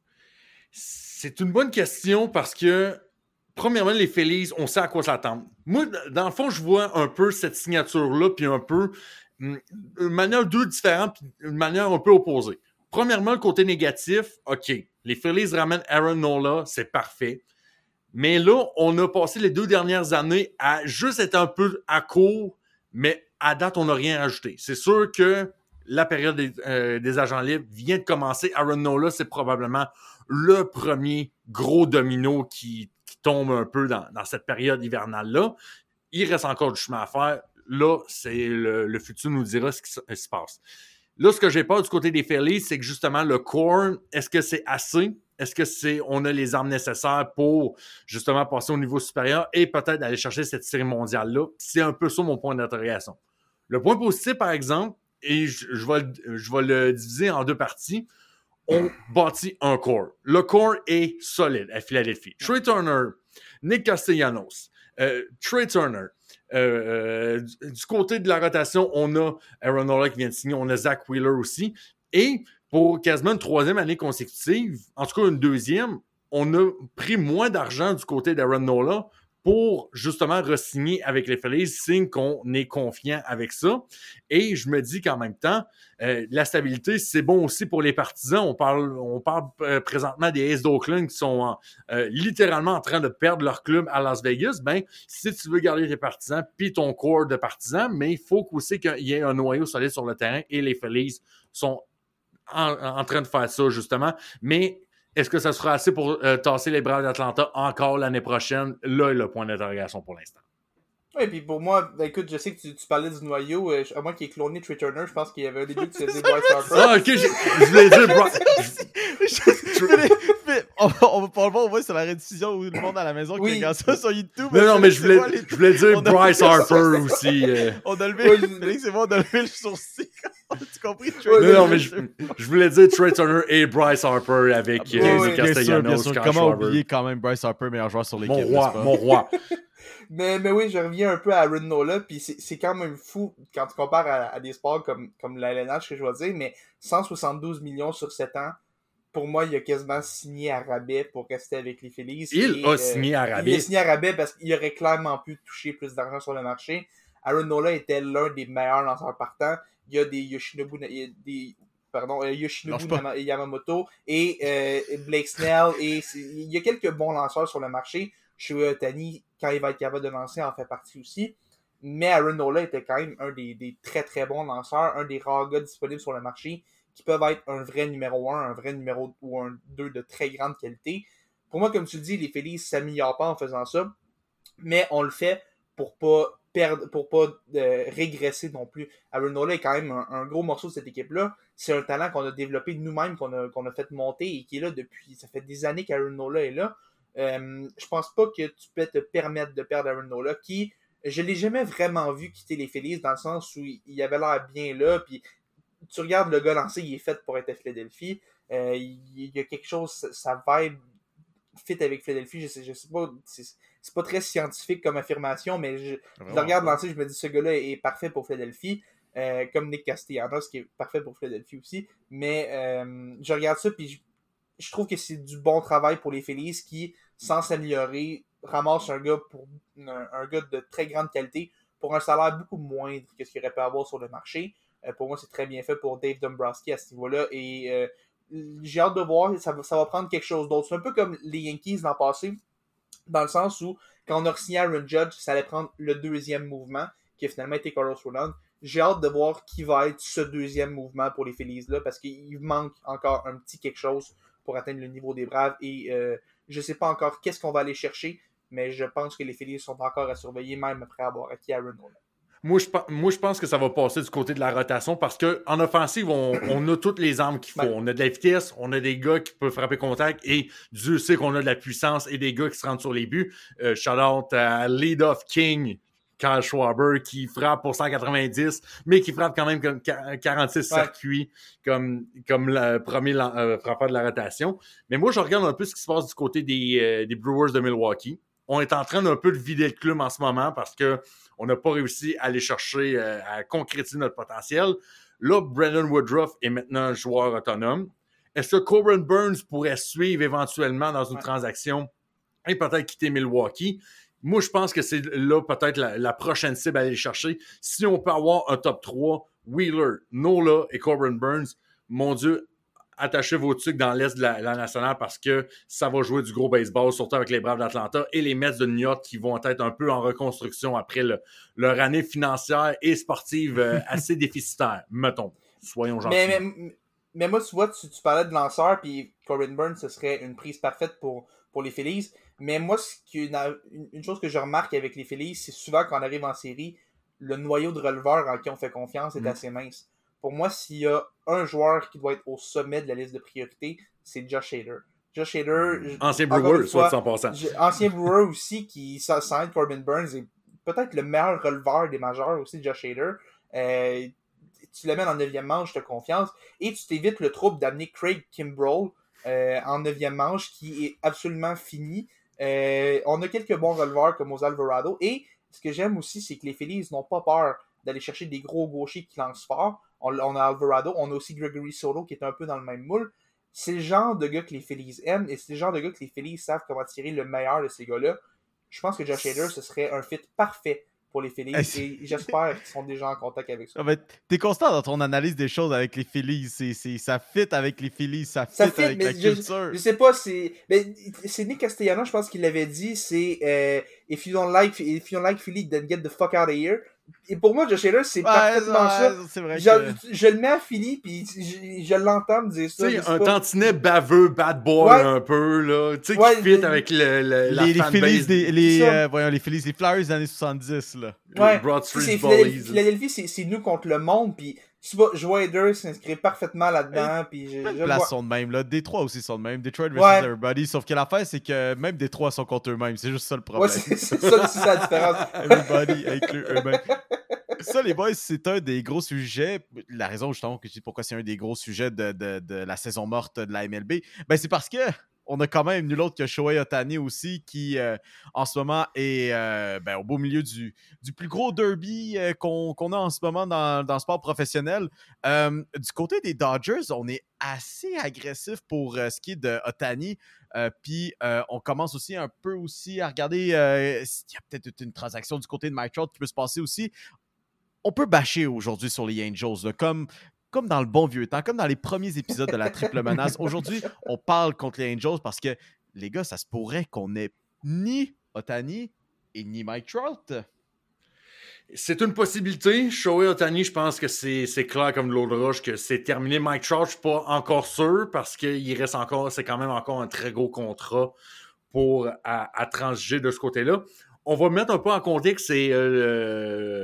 C'est une bonne question parce que, premièrement, les Phillies, on sait à quoi s'attendre. Moi, dans le fond, je vois un peu cette signature-là, puis un peu une manière différente, puis une manière un peu opposée. Premièrement, le côté négatif, OK, les Phillies ramènent Aaron Nola, c'est parfait. Mais là, on a passé les 2 dernières années à juste être un peu à court, mais à date, on n'a rien rajouté. C'est sûr que la période des agents libres vient de commencer. Aaron Nola, c'est probablement le premier gros domino qui tombe un peu dans cette période hivernale-là. Il reste encore du chemin à faire. Là, c'est le futur nous dira ce qui se passe. Là, ce que j'ai peur du côté des Phillies, c'est que justement, le core, est-ce que c'est assez? Est-ce que on a les armes nécessaires pour justement passer au niveau supérieur et peut-être aller chercher cette série mondiale-là? C'est un peu ça mon point d'interrogation. Le point positif, par exemple, et je vais le diviser en 2 parties. On bâtit un core. Le core est solide à Philadelphie. Trey Turner, Nick Castellanos, Trey Turner. Du côté de la rotation, on a Aaron Nola qui vient de signer, on a Zach Wheeler aussi. Et pour quasiment une 3e année consécutive, en tout cas une 2e, on a pris moins d'argent du côté d'Aaron Nola pour justement re-signer avec les Phillies, signe qu'on est confiant avec ça. Et je me dis qu'en même temps, la stabilité, c'est bon aussi pour les partisans. On parle présentement des Aces d'Oakland qui sont littéralement en train de perdre leur club à Las Vegas. Ben, si tu veux garder tes partisans puis ton corps de partisans, mais il faut aussi qu'il y ait un noyau solide sur le terrain et les Phillies sont en train de faire ça, justement. Mais est-ce que ça sera assez pour tasser les Braves d'Atlanta encore l'année prochaine? Là est le point d'interrogation pour l'instant. Oui, puis pour moi, ben écoute, je sais que tu parlais du noyau, à moins qu'il ait cloné Trey Turner, je pense qu'il y avait un début que tu faisais Bryce Harper. Ah, ok, je voulais dire On va sur la rediffusion où le monde à la maison qui regarde ça sur YouTube. Non, mais je voulais dire Bryce Harper aussi. On a levé, Félix, c'est bon, on a levé le sourcil. Tu compris? Non, mais je voulais dire Trey Turner et Bryce Harper avec Castellanos. Bien sûr. Comment oublier quand même Bryce Harper, meilleur joueur sur l'équipe? Mon roi. Mais oui, je reviens un peu à Aaron Nola, puis c'est quand même fou quand tu compares à des sports comme la LNH, que je dois dire, mais 172 millions sur 7 ans, pour moi, il a quasiment signé à rabais pour rester avec les Phillies. Il a signé à rabais. Il a signé à rabais parce qu'il aurait clairement pu toucher plus d'argent sur le marché. Aaron Nola était l'un des meilleurs lanceurs partants. Il y a des Yoshinobu Yamamoto et Blake Snell, et il y a quelques bons lanceurs sur le marché. Shohei Ohtani, quand il va être capable de lancer, en fait partie aussi. Mais Aaron Nola était quand même un des très très bons lanceurs, un des rares gars disponibles sur le marché qui peuvent être un vrai numéro 1, un vrai numéro ou un 2 de très grande qualité. Pour moi, comme tu le dis, les Phillies ne s'améliorent pas en faisant ça, mais on le fait pour pas régresser non plus. Aaron Nola est quand même un gros morceau de cette équipe-là. c'est un talent qu'on a développé nous-mêmes, qu'on a fait monter et qui est là depuis... Ça fait des années qu'Aaron Nola est là. Je pense pas que tu peux te permettre de perdre Aaron Nola, qui... Je l'ai jamais vraiment vu quitter les Phillies, dans le sens où il avait l'air bien là, puis tu regardes le gars lancé, il est fait pour être à Philadelphie. Il y a quelque chose, sa vibe fit avec Philadelphie, je sais pas, c'est pas très scientifique comme affirmation, mais je le regarde lancer, je me dis ce gars-là est parfait pour Philadelphie, comme Nick Castellanos qui est parfait pour Philadelphie aussi, mais je regarde ça puis je trouve que c'est du bon travail pour les Phillies qui, sans s'améliorer, ramassent un gars de très grande qualité pour un salaire beaucoup moindre que ce qu'il aurait pu avoir sur le marché. Pour moi, c'est très bien fait pour Dave Dombrowski à ce niveau-là. Et j'ai hâte de voir, ça va prendre quelque chose d'autre. C'est un peu comme les Yankees l'an passé, dans le sens où, quand on a signé Aaron Judge, ça allait prendre le deuxième mouvement, qui a finalement été Carlos Rodon. J'ai hâte de voir qui va être ce deuxième mouvement pour les Phillies-là, parce qu'il manque encore un petit quelque chose pour atteindre le niveau des Braves. Et je sais pas encore qu'est-ce qu'on va aller chercher, mais je pense que les Phillies sont encore à surveiller, même après avoir acquis Aaron Nola. Moi, je pense que ça va passer du côté de la rotation parce qu'en offensive, on a toutes les armes qu'il faut. Ouais. On a de la vitesse, on a des gars qui peuvent frapper contact et Dieu sait qu'on a de la puissance et des gars qui se rendent sur les buts. Shout-out à Lead-Off King, Kyle Schwarber, qui frappe pour 190, mais qui frappe quand même comme 46 circuits comme le premier frappeur de la rotation. Mais moi, je regarde un peu ce qui se passe du côté des Brewers de Milwaukee. On est en train d'un peu de vider le club en ce moment parce qu'on n'a pas réussi à aller chercher, à concrétiser notre potentiel. Là, Brandon Woodruff est maintenant un joueur autonome. Est-ce que Corbin Burns pourrait suivre éventuellement dans une transaction et peut-être quitter Milwaukee? Moi, je pense que c'est là peut-être la prochaine cible à aller chercher. Si on peut avoir un top 3, Wheeler, Nola et Corbin Burns, mon Dieu, attachez vos tucs dans l'Est de la nationale parce que ça va jouer du gros baseball, surtout avec les Braves d'Atlanta et les Mets de New York qui vont être un peu en reconstruction après leur année financière et sportive assez déficitaire, mettons. Soyons gentils. Mais moi, tu vois, tu parlais de lanceur, puis Corbin Burns, ce serait une prise parfaite pour les Phillies. Mais moi, une chose que je remarque avec les Phillies, c'est souvent quand on arrive en série, le noyau de releveurs en qui on fait confiance est assez mince. Pour moi, s'il y a un joueur qui doit être au sommet de la liste de priorité, c'est Josh Hader. Josh Hader... Ancien Brewer, soit en passant. Ancien Brewer aussi, qui sans être Corbin Burns, est peut-être le meilleur releveur des majeurs aussi, Josh Hader. Tu l'amènes en 9e manche, je te confiance. Et tu t'évites le trouble d'amener Craig Kimbrell en 9e manche, qui est absolument fini. On a quelques bons releveurs comme aux Alvarado. Et ce que j'aime aussi, c'est que les Phillies n'ont pas peur d'aller chercher des gros gauchers qui lancent fort. On a Alvarado, on a aussi Gregory Soto qui est un peu dans le même moule. C'est le genre de gars que les Phillies aiment et c'est le genre de gars que les Phillies savent comment tirer le meilleur de ces gars-là. Je pense que Josh Hader, ce serait un fit parfait pour les Phillies et j'espère qu'ils sont déjà en contact avec ça. T'es constant dans ton analyse des choses avec les Phillies. Ça fit avec les Phillies, ça fit avec la culture. Je sais pas, c'est Nick Castellanos, je pense qu'il l'avait dit, c'est if you don't like Philly, then get the fuck out of here. Et pour moi, Josh Hader, c'est parfaitement ça. C'est vrai je le mets à Philly, puis je l'entends me dire ça. Tu sais, un tantinet baveux, bad boy un peu, là. Tu sais, qui fit avec la fanbase. Les Phillies, les Flyers des années 70, là. Ouais. Broad Street Bullies. Philadelphie, c'est nous contre le monde, puis tu vois, Joe Hader s'inscrit parfaitement là-dedans, puis je places sont de même, là. Détroit aussi sont de même. Detroit versus everybody. Sauf que l'affaire, c'est que même Détroit sont contre eux-mêmes. C'est juste ça le problème. Ouais, c'est ça aussi la différence. Everybody inclut eux-mêmes. Ça, les boys, c'est un des gros sujets. La raison, justement, que je dis pourquoi c'est un des gros sujets de la saison morte de la MLB, ben c'est parce que on a quand même nul autre que Shohei Ohtani aussi qui, en ce moment, est au beau milieu du plus gros derby qu'on a en ce moment dans le sport professionnel. Du côté des Dodgers, on est assez agressif pour ce qui est de Ohtani. Puis on commence aussi un peu aussi à regarder s'il y a peut-être une transaction du côté de Mike Trout qui peut se passer aussi. On peut bâcher aujourd'hui sur les Angels, là, comme dans le bon vieux temps, comme dans les premiers épisodes de la triple menace. Aujourd'hui, on parle contre les Angels parce que, les gars, ça se pourrait qu'on n'ait ni Ohtani et ni Mike Trout. C'est une possibilité. Shohei Ohtani, je pense que c'est clair comme de l'eau de roche que c'est terminé. Mike Trout, je suis pas encore sûr parce qu'il reste encore, c'est quand même encore un très gros contrat à transiger de ce côté-là. On va mettre un peu en contexte, c'est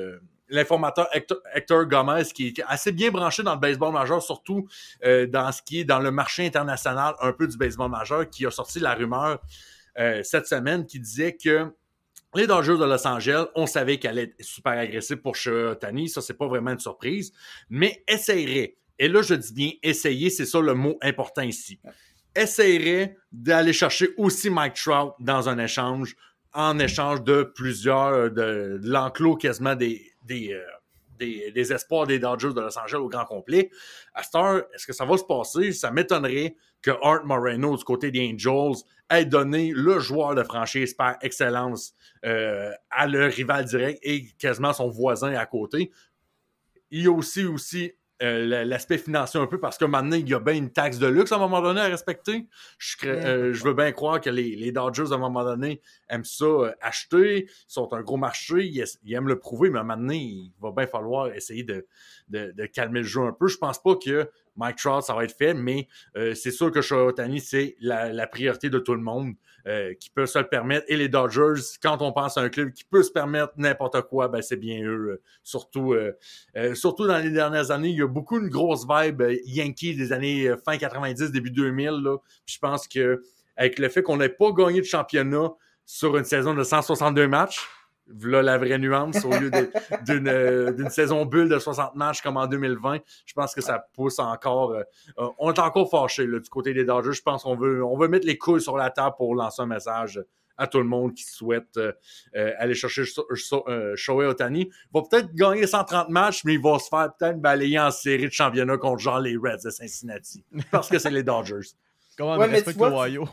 l'informateur Hector Gomez, qui est assez bien branché dans le baseball majeur, surtout dans ce qui est dans le marché international un peu du baseball majeur, qui a sorti la rumeur cette semaine qui disait que les Dodgers de Los Angeles, on savait qu'elle allait être super agressive pour Shohei Ohtani. Ça, c'est pas vraiment une surprise. Mais essayerait. Et là, je dis bien essayer, c'est ça le mot important ici. Essayerait d'aller chercher aussi Mike Trout dans un échange, en échange de plusieurs, de l'enclos quasiment des espoirs des Dodgers de Los Angeles au grand complet. À cette heure, est-ce que ça va se passer? Ça m'étonnerait que Art Moreno, du côté des Angels, ait donné le joueur de franchise par excellence à leur rival direct et quasiment son voisin à côté. Il y a aussi l'aspect financier un peu, parce que maintenant, il y a bien une taxe de luxe à un moment donné à respecter. Je veux bien croire que les Dodgers, à un moment donné, aiment ça acheter. Ils sont un gros marché. Ils aiment le prouver, mais maintenant, il va bien falloir essayer de calmer le jeu un peu. Je pense pas que Mike Trout, ça va être fait, mais c'est sûr que Shohei Ohtani, c'est la priorité de tout le monde qui peut se le permettre. Et les Dodgers, quand on pense à un club qui peut se permettre n'importe quoi, ben c'est bien eux. Surtout dans les dernières années, il y a beaucoup une grosse vibe Yankee des années fin 90, début 2000. Là. Puis je pense que avec le fait qu'on n'ait pas gagné de championnat sur une saison de 162 matchs, voilà la vraie nuance, au lieu d'une saison bulle de 60 matchs comme en 2020, je pense que ça pousse encore. On est encore fâchés du côté des Dodgers. Je pense qu'on veut mettre les couilles sur la table pour lancer un message à tout le monde qui souhaite aller chercher Shohei Ohtani. Il va peut-être gagner 130 matchs, mais il va se faire peut-être balayer en série de championnat contre genre les Reds de Cincinnati. Parce que c'est les Dodgers. Comment on respecte Ohio?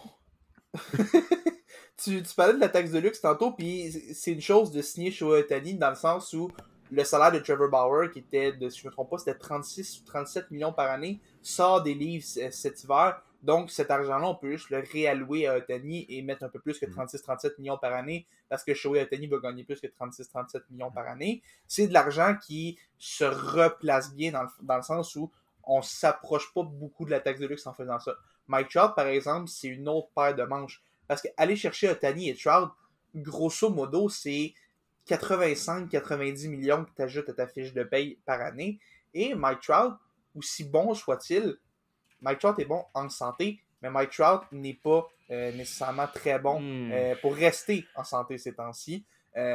Tu parlais de la taxe de luxe tantôt, puis c'est une chose de signer Shohei Ohtani dans le sens où le salaire de Trevor Bauer, qui était, si je ne me trompe pas, c'était 36 ou 37 millions par année, sort des livres cet hiver. Donc, cet argent-là, on peut juste le réallouer à Ohtani et mettre un peu plus que 36-37 millions par année, parce que Shohei Ohtani va gagner plus que 36-37 millions par année. C'est de l'argent qui se replace bien dans le sens où on ne s'approche pas beaucoup de la taxe de luxe en faisant ça. Mike Trout, par exemple, c'est une autre paire de manches. Parce qu'aller chercher Ohtani et Trout, grosso modo, c'est 85-90 millions que tu ajoutes à ta fiche de paye par année. Et Mike Trout, aussi bon soit-il, Mike Trout est bon en santé, mais Mike Trout n'est pas nécessairement très bon pour rester en santé ces temps-ci.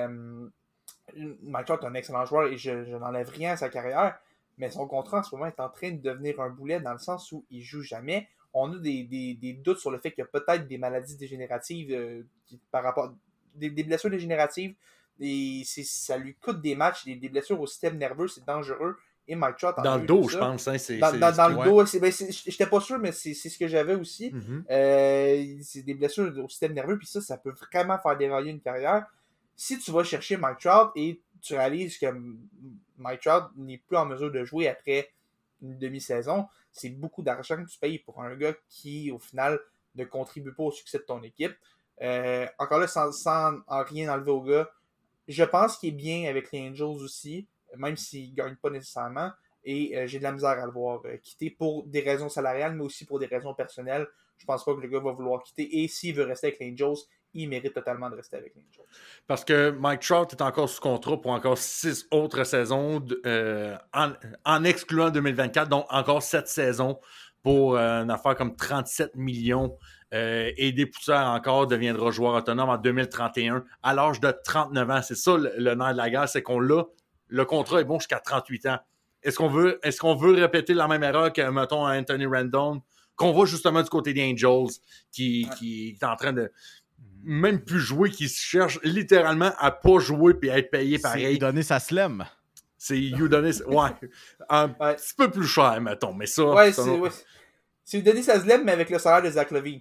Mike Trout est un excellent joueur et je n'enlève rien à sa carrière, mais son contrat en ce moment est en train de devenir un boulet dans le sens où il joue jamais. On a des doutes sur le fait qu'il y a peut-être des maladies dégénératives par rapport des blessures dégénératives. Et ça lui coûte des matchs, des blessures au système nerveux, c'est dangereux. Et Mike Trout dans le dos, je pense. Hein, dans le dos, j'étais pas sûr, mais c'est ce que j'avais aussi. C'est des blessures au système nerveux, puis ça peut vraiment faire dérailler une carrière. Si tu vas chercher Mike Trout et tu réalises que Mike Trout n'est plus en mesure de jouer après une demi-saison, c'est beaucoup d'argent que tu payes pour un gars qui, au final, ne contribue pas au succès de ton équipe. Encore là, sans rien enlever au gars, je pense qu'il est bien avec les Angels aussi, même s'il ne gagne pas nécessairement, et j'ai de la misère à le voir quitter pour des raisons salariales, mais aussi pour des raisons personnelles. Je pense pas que le gars va vouloir quitter, et s'il veut rester avec les Angels, il mérite totalement de rester avec les Angels. Parce que Mike Trout est encore sous contrat pour encore 6 autres saisons, en excluant 2024, donc encore 7 saisons pour une affaire comme 37 millions. Et Despoussières encore deviendra joueur autonome en 2031 à l'âge de 39 ans. C'est ça le nerf de la guerre, c'est qu'on l'a. Le contrat est bon jusqu'à 38 ans. Est-ce qu'on veut répéter la même erreur que, mettons, Anthony Rendon, qu'on voit justement du côté des Angels, qui est en train de même plus jouer, qui se cherche littéralement à pas jouer puis à être payé pareil. C'est lui donner sa slam. C'est lui donner... Ouais. Un petit peu plus cher, mettons, mais ça... Ouais, c'est lui donner sa slam, mais avec le salaire de Zach Levine.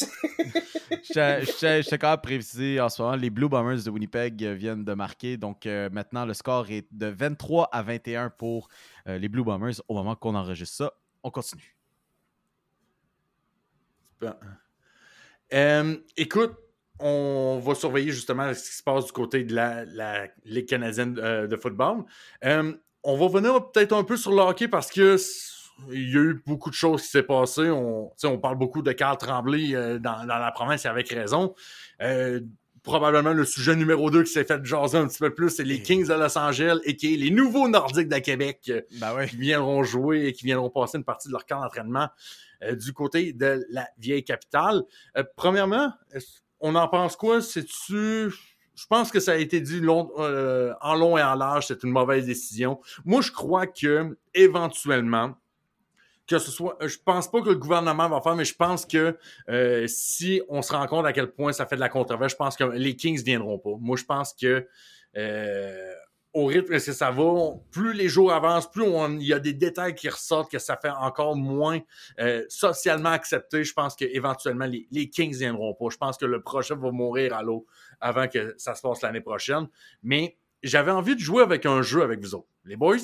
Je t'ai quand même précisé en ce moment, les Blue Bombers de Winnipeg viennent de marquer. Donc maintenant, le score est de 23-21 pour les Blue Bombers au moment qu'on enregistre ça. On continue. Écoute, on va surveiller justement ce qui se passe du côté de la Ligue canadienne de football. On va venir peut-être un peu sur le hockey parce que il y a eu beaucoup de choses qui s'est passées. On parle beaucoup de Carl Tremblay dans la province et avec raison. probablement le sujet numéro 2 qui s'est fait jaser un petit peu plus, c'est les Kings de Los Angeles et qui est les nouveaux Nordiques de Québec qui viendront jouer et qui viendront passer une partie de leur camp d'entraînement du côté de la vieille capitale. Premièrement, on en pense quoi? Je pense que ça a été dit en long et en large, c'est une mauvaise décision. Moi, je crois que éventuellement, que ce soit, je pense pas que le gouvernement va faire, mais je pense que si on se rend compte à quel point ça fait de la controverse, je pense que les Kings viendront pas. Moi, je pense que au rythme que ça va, plus les jours avancent, plus il y a des détails qui ressortent que ça fait encore moins socialement accepté. Je pense qu'éventuellement, les Kings viendront pas. Je pense que le prochain va mourir à l'eau avant que ça se passe l'année prochaine. Mais j'avais envie de jouer avec un jeu avec vous autres. Les boys,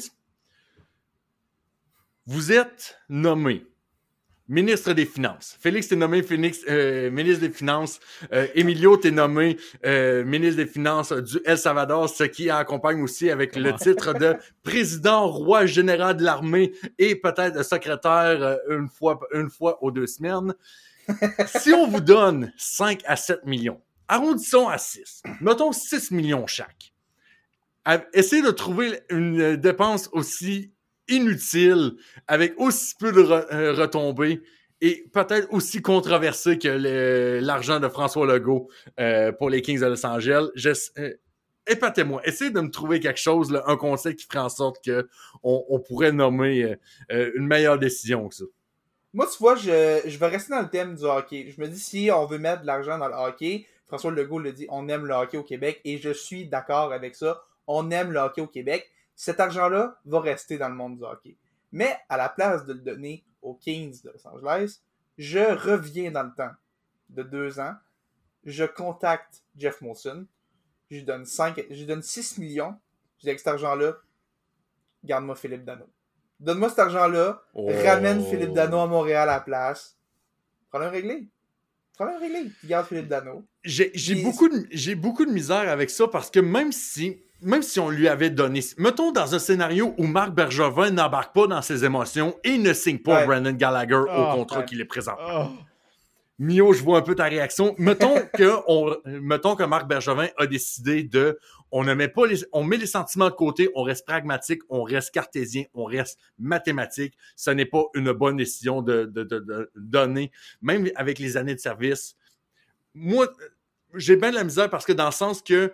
vous êtes nommé ministre des Finances. Félix, t'es nommé ministre des Finances. Emilio, t'es nommé ministre des Finances du El Salvador, ce qui accompagne aussi avec le titre de président roi général de l'armée et peut-être secrétaire une fois aux 2 semaines. Si on vous donne 5 à 7 millions, arrondissons à 6, mettons 6 millions chaque. Essayez de trouver une dépense aussi inutile, avec aussi peu de retombées et peut-être aussi controversée que l'argent de François Legault pour les Kings de Los Angeles. Épatez-moi. Essayez de me trouver quelque chose, là, un conseil qui ferait en sorte qu'on pourrait nommer une meilleure décision que ça. Moi, tu vois, je vais rester dans le thème du hockey. Je me dis, si on veut mettre de l'argent dans le hockey, François Legault le dit, on aime le hockey au Québec, et je suis d'accord avec ça. On aime le hockey au Québec. Cet argent-là va rester dans le monde du hockey. Mais à la place de le donner aux Kings de Los Angeles, je reviens dans le temps de 2 ans. Je contacte Jeff Molson. Je lui donne 6 millions. Je dis avec cet argent-là, garde-moi Philippe Danault. Donne-moi cet argent-là, ramène Philippe Danault à Montréal à la place. Problème réglé. Garde Philippe Danault. J'ai beaucoup de misère avec ça parce que même si on lui avait donné... Mettons dans un scénario où Marc Bergevin n'embarque pas dans ses émotions et ne signe pas Brendan Gallagher au contrat qu'il est présentement. Mio, je vois un peu ta réaction. Mettons que Marc Bergevin a décidé on met les sentiments de côté, on reste pragmatique, on reste cartésien, on reste mathématique. Ce n'est pas une bonne décision de donner, même avec les années de service. Moi, j'ai bien de la misère parce que dans le sens que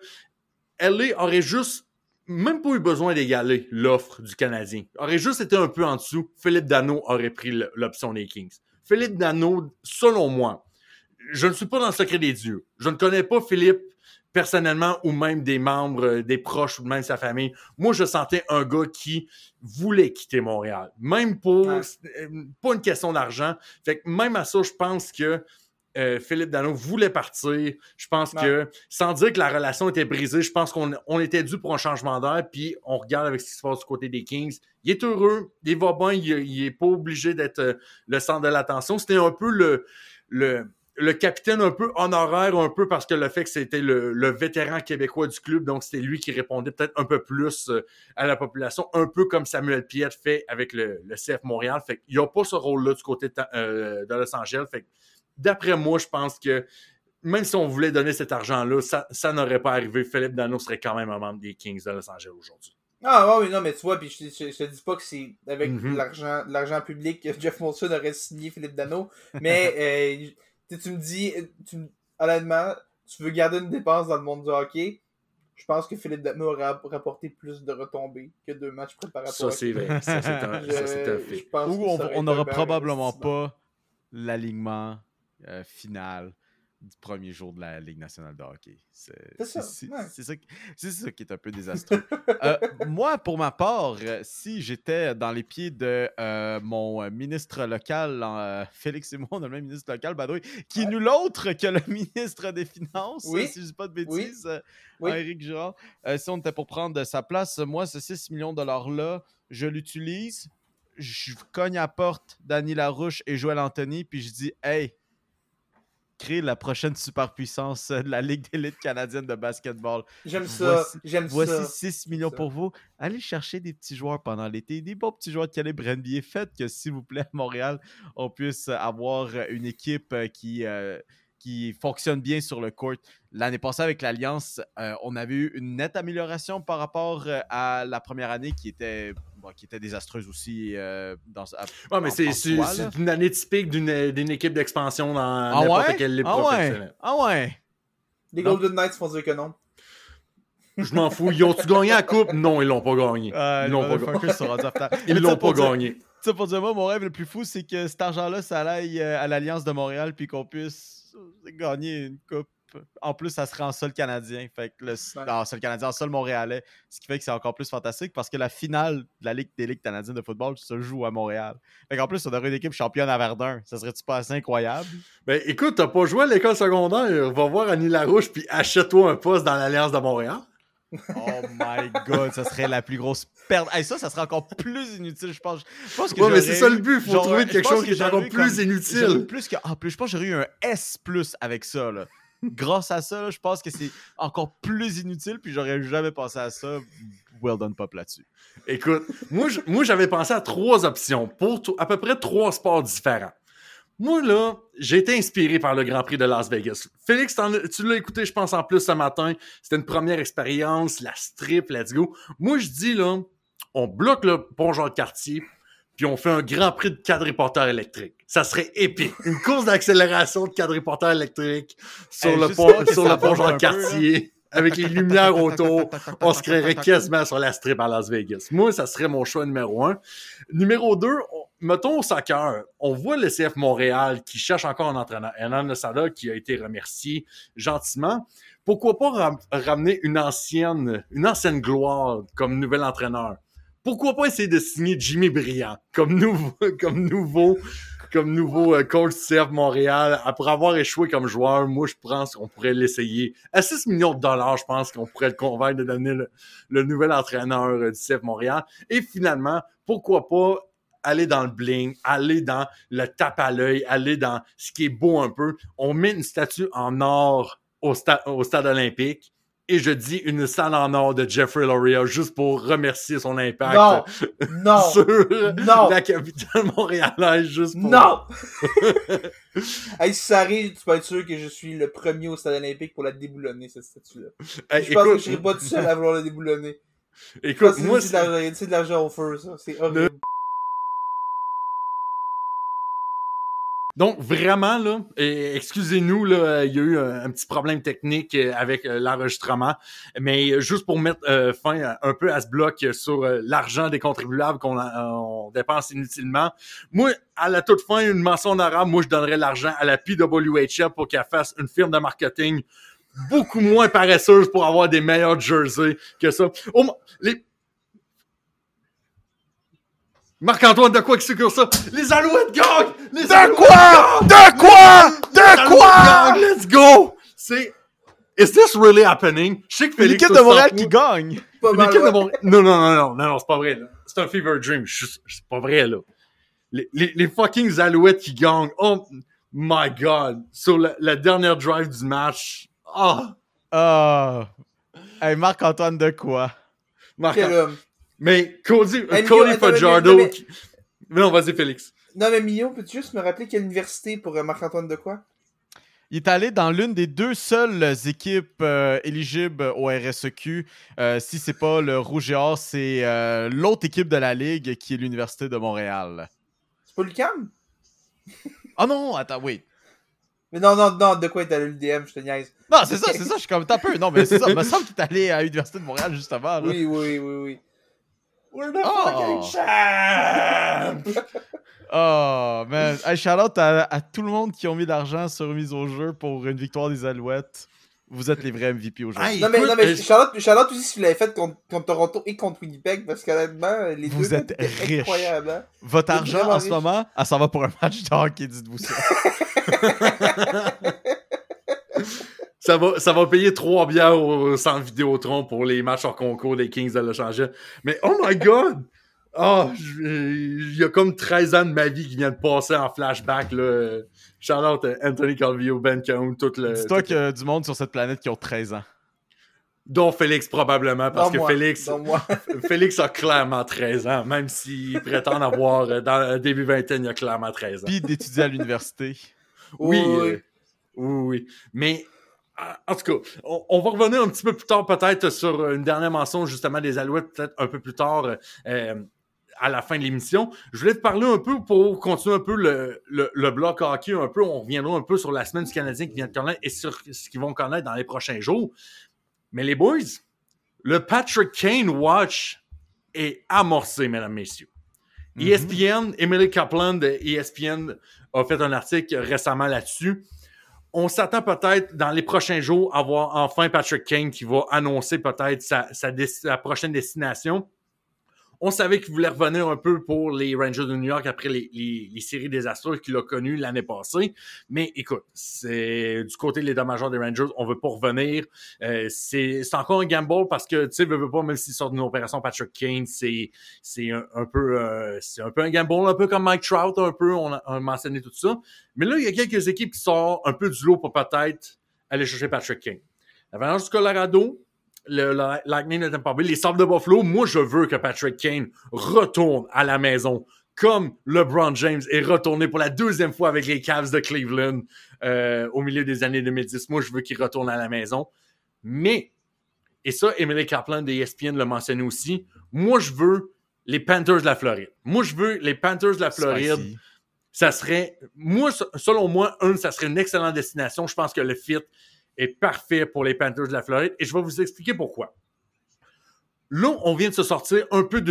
LA aurait juste même pas eu besoin d'égaler l'offre du Canadien. Aurait juste été un peu en dessous. Philippe Danault aurait pris l'option des Kings. Philippe Danault, selon moi, je ne suis pas dans le secret des dieux. Je ne connais pas Philippe personnellement ou même des membres, des proches ou même sa famille. Moi, je sentais un gars qui voulait quitter Montréal. Même pour pas une question d'argent. Fait que même à ça, je pense que Philippe Danault voulait partir. Je pense que, sans dire que la relation était brisée, je pense qu'on était dû pour un changement d'air, puis on regarde avec ce qui se passe du côté des Kings. Il est heureux, il va bien, il est pas obligé d'être le centre de l'attention. C'était un peu le capitaine un peu honoraire, un peu parce que le fait que c'était le vétéran québécois du club, donc c'était lui qui répondait peut-être un peu plus à la population, un peu comme Samuel Piette fait avec le CF Montréal. Fait qu'il n'y a pas ce rôle-là du côté de Los Angeles. Fait que d'après moi, je pense que même si on voulait donner cet argent-là, ça n'aurait pas arrivé. Philippe Danault serait quand même un membre des Kings de Los Angeles aujourd'hui. Ah oui, non, mais tu vois, puis je te dis pas que c'est avec l'argent public que Jeff Molson aurait signé Philippe Danault, mais tu me dis, honnêtement, tu veux garder une dépense dans le monde du hockey, je pense que Philippe Danault aurait rapporté plus de retombées que 2 matchs préparatoires. Ça, c'est vrai. Ça, c'est un fait. Ou on n'aura probablement pas l'alignement final du premier jour de la Ligue nationale de hockey. C'est ça qui est un peu désastreux. Moi, pour ma part, si j'étais dans les pieds de mon ministre local, Félix et moi, on a le même ministre local, Badoy, qui est nul autre que le ministre des Finances, si je dis pas de bêtises, Éric Girard. Si on était pour prendre sa place, moi, ce 6 millions de dollars-là, je l'utilise, je cogne à la porte Danny Larouche et Joël Anthony, puis je dis « Hey, créer la prochaine superpuissance de la Ligue d'élite canadienne de basketball. J'aime ça. Voici 6 millions pour vous. Allez chercher des petits joueurs pendant l'été, des bons petits joueurs de calibre NBA. Faites que, s'il vous plaît, à Montréal, on puisse avoir une équipe qui qui fonctionne bien sur le court. L'année passée, avec l'Alliance, on avait eu une nette amélioration par rapport à la première année qui était désastreuse aussi. Mais c'est une année typique d'une équipe d'expansion dans n'importe quelle ligue professionnelle. Les Golden Knights font dire que non. Je m'en fous. Ils ont-tu gagné la coupe? Non, ils l'ont pas gagné. Ils l'ont pas gagné. Ça, pour dire, moi, mon rêve le plus fou, c'est que cet argent-là, ça aille à l'Alliance de Montréal puis qu'on puisse gagner une coupe. En plus, ça serait en sol canadien. Fait que en sol canadien, en sol montréalais. Ce qui fait que c'est encore plus fantastique parce que la finale de la Ligue des Ligues canadiennes de football se joue à Montréal. Fait qu'en plus, on aurait une équipe championne à Verdun. Ça serait-tu pas assez incroyable? Ben, écoute, t'as pas joué à l'école secondaire. Va voir Annie Larouche puis achète-toi un poste dans l'Alliance de Montréal. Oh my god, ça serait la plus grosse perte. Hey, ça serait encore plus inutile, je pense que mais c'est ça le but, il faut trouver quelque chose qui est encore plus inutile. Je pense que j'aurais eu un S+ avec ça, là. Grâce à ça, là, je pense que c'est encore plus inutile, puis j'aurais jamais pensé à ça. Well done, Pop, là-dessus. Écoute, moi j'avais pensé à 3 options pour à peu près 3 sports différents. Moi, là, j'ai été inspiré par le Grand Prix de Las Vegas. Félix, tu l'as écouté, je pense, en plus ce matin. C'était une première expérience, la strip, let's go. Moi, je dis, là, on bloque le pont Jean-Cartier, puis on fait un Grand Prix de quadriporteur électrique. Ça serait épique. Une course d'accélération de quadriporteur électrique sur le pont Jean-Cartier. Avec les lumières autour, on se créerait quasiment sur la strip à Las Vegas. Moi, ça serait mon choix numéro 1. Numéro 2, mettons au soccer, on voit le CF Montréal qui cherche encore un entraîneur. Hernan Losada qui a été remercié gentiment. Pourquoi pas ramener une ancienne gloire comme nouvel entraîneur? Pourquoi pas essayer de signer Jimmy Briand comme nouveau coach CF Montréal, après avoir échoué comme joueur, moi, je pense qu'on pourrait l'essayer. À 6 millions de dollars, je pense qu'on pourrait le convaincre de devenir le nouvel entraîneur du CF Montréal. Et finalement, pourquoi pas aller dans le bling, aller dans le tape à l'œil, aller dans ce qui est beau un peu. On met une statue en or au stade olympique. Et je dis une salle en or de Jeffrey Loria juste pour remercier son impact sur la capitale montréalaise. Juste pour... Non! Hey, si ça arrive, tu peux être sûr que je suis le premier au stade olympique pour la déboulonner, cette statue-là. Hey, je pense que je serai pas tout seul à vouloir la déboulonner. Écoute, moi, c'est de l'argent au feu, ça. C'est horrible. Donc, vraiment, là, excusez-nous, là, il y a eu un petit problème technique avec l'enregistrement, mais juste pour mettre fin un peu à ce bloc sur l'argent des contribuables qu'on dépense inutilement, moi, à la toute fin, une mention honorable, moi, je donnerais l'argent à la PWHL pour qu'elle fasse une firme de marketing beaucoup moins paresseuse pour avoir des meilleurs jerseys que ça. Marc-Antoine, de quoi que c'est que ça? Les Alouettes gagnent! De quoi? Let's go! Is this really happening? Je sais que Félix... L'équipe de Montréal qui gagne! L'équipe de Montréal... Non, c'est pas vrai, là. C'est un fever dream. C'est pas vrai, là. Les fucking Alouettes qui gagnent. Oh my God! Sur la dernière drive du match. Hey, Marc-Antoine, de quoi? Quel homme? Mais Cody Fajardo... Non, vas-y, Félix. Non, mais Mio, peux-tu juste me rappeler quelle université pour Marc-Antoine de quoi? Il est allé dans l'une des 2 seules équipes éligibles au RSEQ. Si c'est pas le Rouge et Or, c'est l'autre équipe de la Ligue qui est l'Université de Montréal. C'est pas l'UQAM? Ah non, attends, oui. Mais non, de quoi il est allé l'UDM, je te niaise. Non, c'est ça, je suis comme t'as peu. Non, mais c'est ça, il me semble qu'il est allé à l'Université de Montréal juste avant. Là. Oui. We're the fucking champs! Oh, man. Hey, shout-out à tout le monde qui ont mis de l'argent sur mise au jeu pour une victoire des Alouettes. Vous êtes les vrais MVP aujourd'hui. Hey, non, mais shout-out aussi si vous l'avez fait contre Toronto et contre Winnipeg, parce qu'honnêtement, les vous deux êtes riches. Incroyables. Hein? Votre argent en ce moment, elle s'en va pour un match de hockey, dites-vous ça. Ça va payer 3 bières au centre Vidéotron pour les matchs hors concours des Kings de Los Angeles. Mais oh my God! Il y a comme 13 ans de ma vie qui vient de passer en flashback. Là. Shout-out Anthony Calvillo, Ben Cahoon, tout le... Dis-toi qu'il y a du monde sur cette planète qui ont 13 ans. Dont Félix probablement, parce que moi. Félix a clairement 13 ans, même s'il prétend avoir, dans le début vingtaine, il a clairement 13 ans. Puis d'étudier à l'université. Oui. Oui. Mais, en tout cas, on va revenir un petit peu plus tard peut-être sur une dernière mention justement des Alouettes, peut-être un peu plus tard à la fin de l'émission. Je voulais te parler un peu pour continuer un peu le bloc hockey un peu. On reviendra un peu sur la semaine du Canadien qui vient de connaître et sur ce qu'ils vont connaître dans les prochains jours. Mais les boys, le Patrick Kane Watch est amorcé, mesdames, messieurs. ESPN, Emily Kaplan de ESPN a fait un article récemment là-dessus. On s'attend peut-être dans les prochains jours à voir enfin Patrick Kane qui va annoncer peut-être sa prochaine destination. On savait qu'il voulait revenir un peu pour les Rangers de New York après les séries désastreuses qu'il a connues l'année passée. Mais écoute, c'est du côté des états-majors des Rangers, on veut pas revenir. C'est encore un gamble parce que, tu sais, veut pas, même s'il sort d'une opération Patrick Kane, c'est un peu un gamble, un peu comme Mike Trout, un peu, on a mentionné tout ça. Mais là, il y a quelques équipes qui sortent un peu du lot pour peut-être aller chercher Patrick Kane. L'Avalanche du Colorado, le Lightning de Tampa Bay, les Sabres de Buffalo, moi, je veux que Patrick Kane retourne à la maison, comme LeBron James est retourné pour la deuxième fois avec les Cavs de Cleveland au milieu des années 2010. Moi, je veux qu'il retourne à la maison. Mais, et ça, Emily Kaplan de ESPN l'a mentionné aussi, moi, je veux les Panthers de la Floride. Moi, je veux les Panthers de la Floride. Spicy. Ça serait, moi, selon moi, ça serait une excellente destination. Je pense que le fit est parfait pour les Panthers de la Floride et je vais vous expliquer pourquoi. Là, on vient de se sortir un peu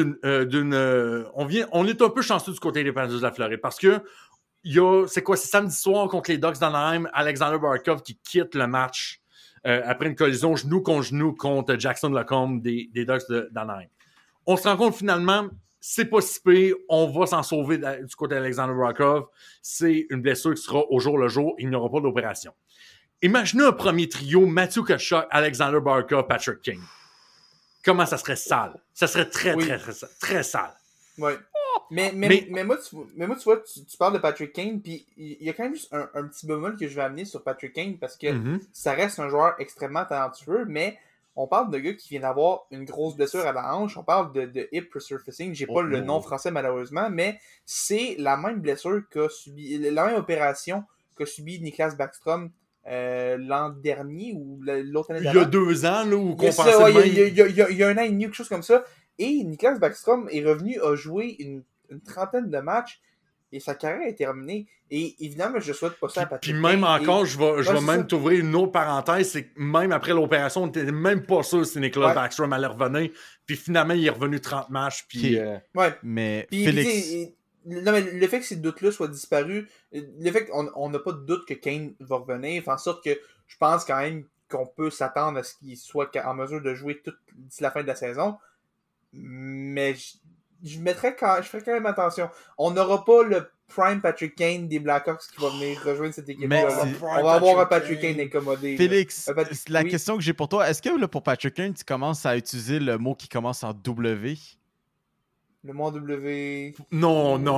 on est un peu chanceux du côté des Panthers de la Floride parce que c'est samedi soir contre les Ducks d'Anaheim, Alexander Barkov qui quitte le match après une collision genou contre Jackson Lacombe des Ducks d'Anaheim. On se rend compte finalement, c'est pas si pire, on va s'en sauver du côté d'Alexander Barkov. C'est une blessure qui sera au jour le jour, il n'y aura pas d'opération. Imaginez un premier trio, Matthew Tkachuk, Alexander Barkov, Patrick Kane. Comment ça serait sale? Ça serait très sale. Oui. Mais moi, tu vois, tu parles de Patrick Kane, puis il y a quand même juste un petit bémol que je vais amener sur Patrick Kane, parce que ça reste un joueur extrêmement talentueux, mais on parle de gars qui vient d'avoir une grosse blessure à la hanche, on parle de hip resurfacing, j'ai pas le nom français malheureusement, mais c'est la même blessure qu'a subi, la même opération qu'a subi Niklas Backstrom l'an dernier ou l'autre année d'avant. Il y a 2 ans, là, où il y a un an et demi, quelque chose comme ça. Et Niklas Backstrom est revenu à jouer une trentaine de matchs et sa carrière est terminée. Et évidemment, je souhaite pas ça à Patrick Puis même Kane. encore, je vais même t'ouvrir une autre parenthèse, c'est que même après l'opération, on n'était même pas sûr si Niklas Backstrom allait revenir. Puis finalement, il est revenu 30 matchs. Puis, Mais puis, Félix... non, mais le fait que ces doutes-là soient disparus, le fait qu'on n'a pas de doute que Kane va revenir, fait en sorte que je pense quand même qu'on peut s'attendre à ce qu'il soit en mesure de jouer d'ici la fin de la saison. Mais je ferais quand même attention. On n'aura pas le prime Patrick Kane des Blackhawks qui va venir rejoindre cette équipe-là. On va avoir un Patrick Kane incommodé. Félix, la question que j'ai pour toi, est-ce que là, pour Patrick Kane, tu commences à utiliser le mot qui commence en W? Le mot W. Non. Le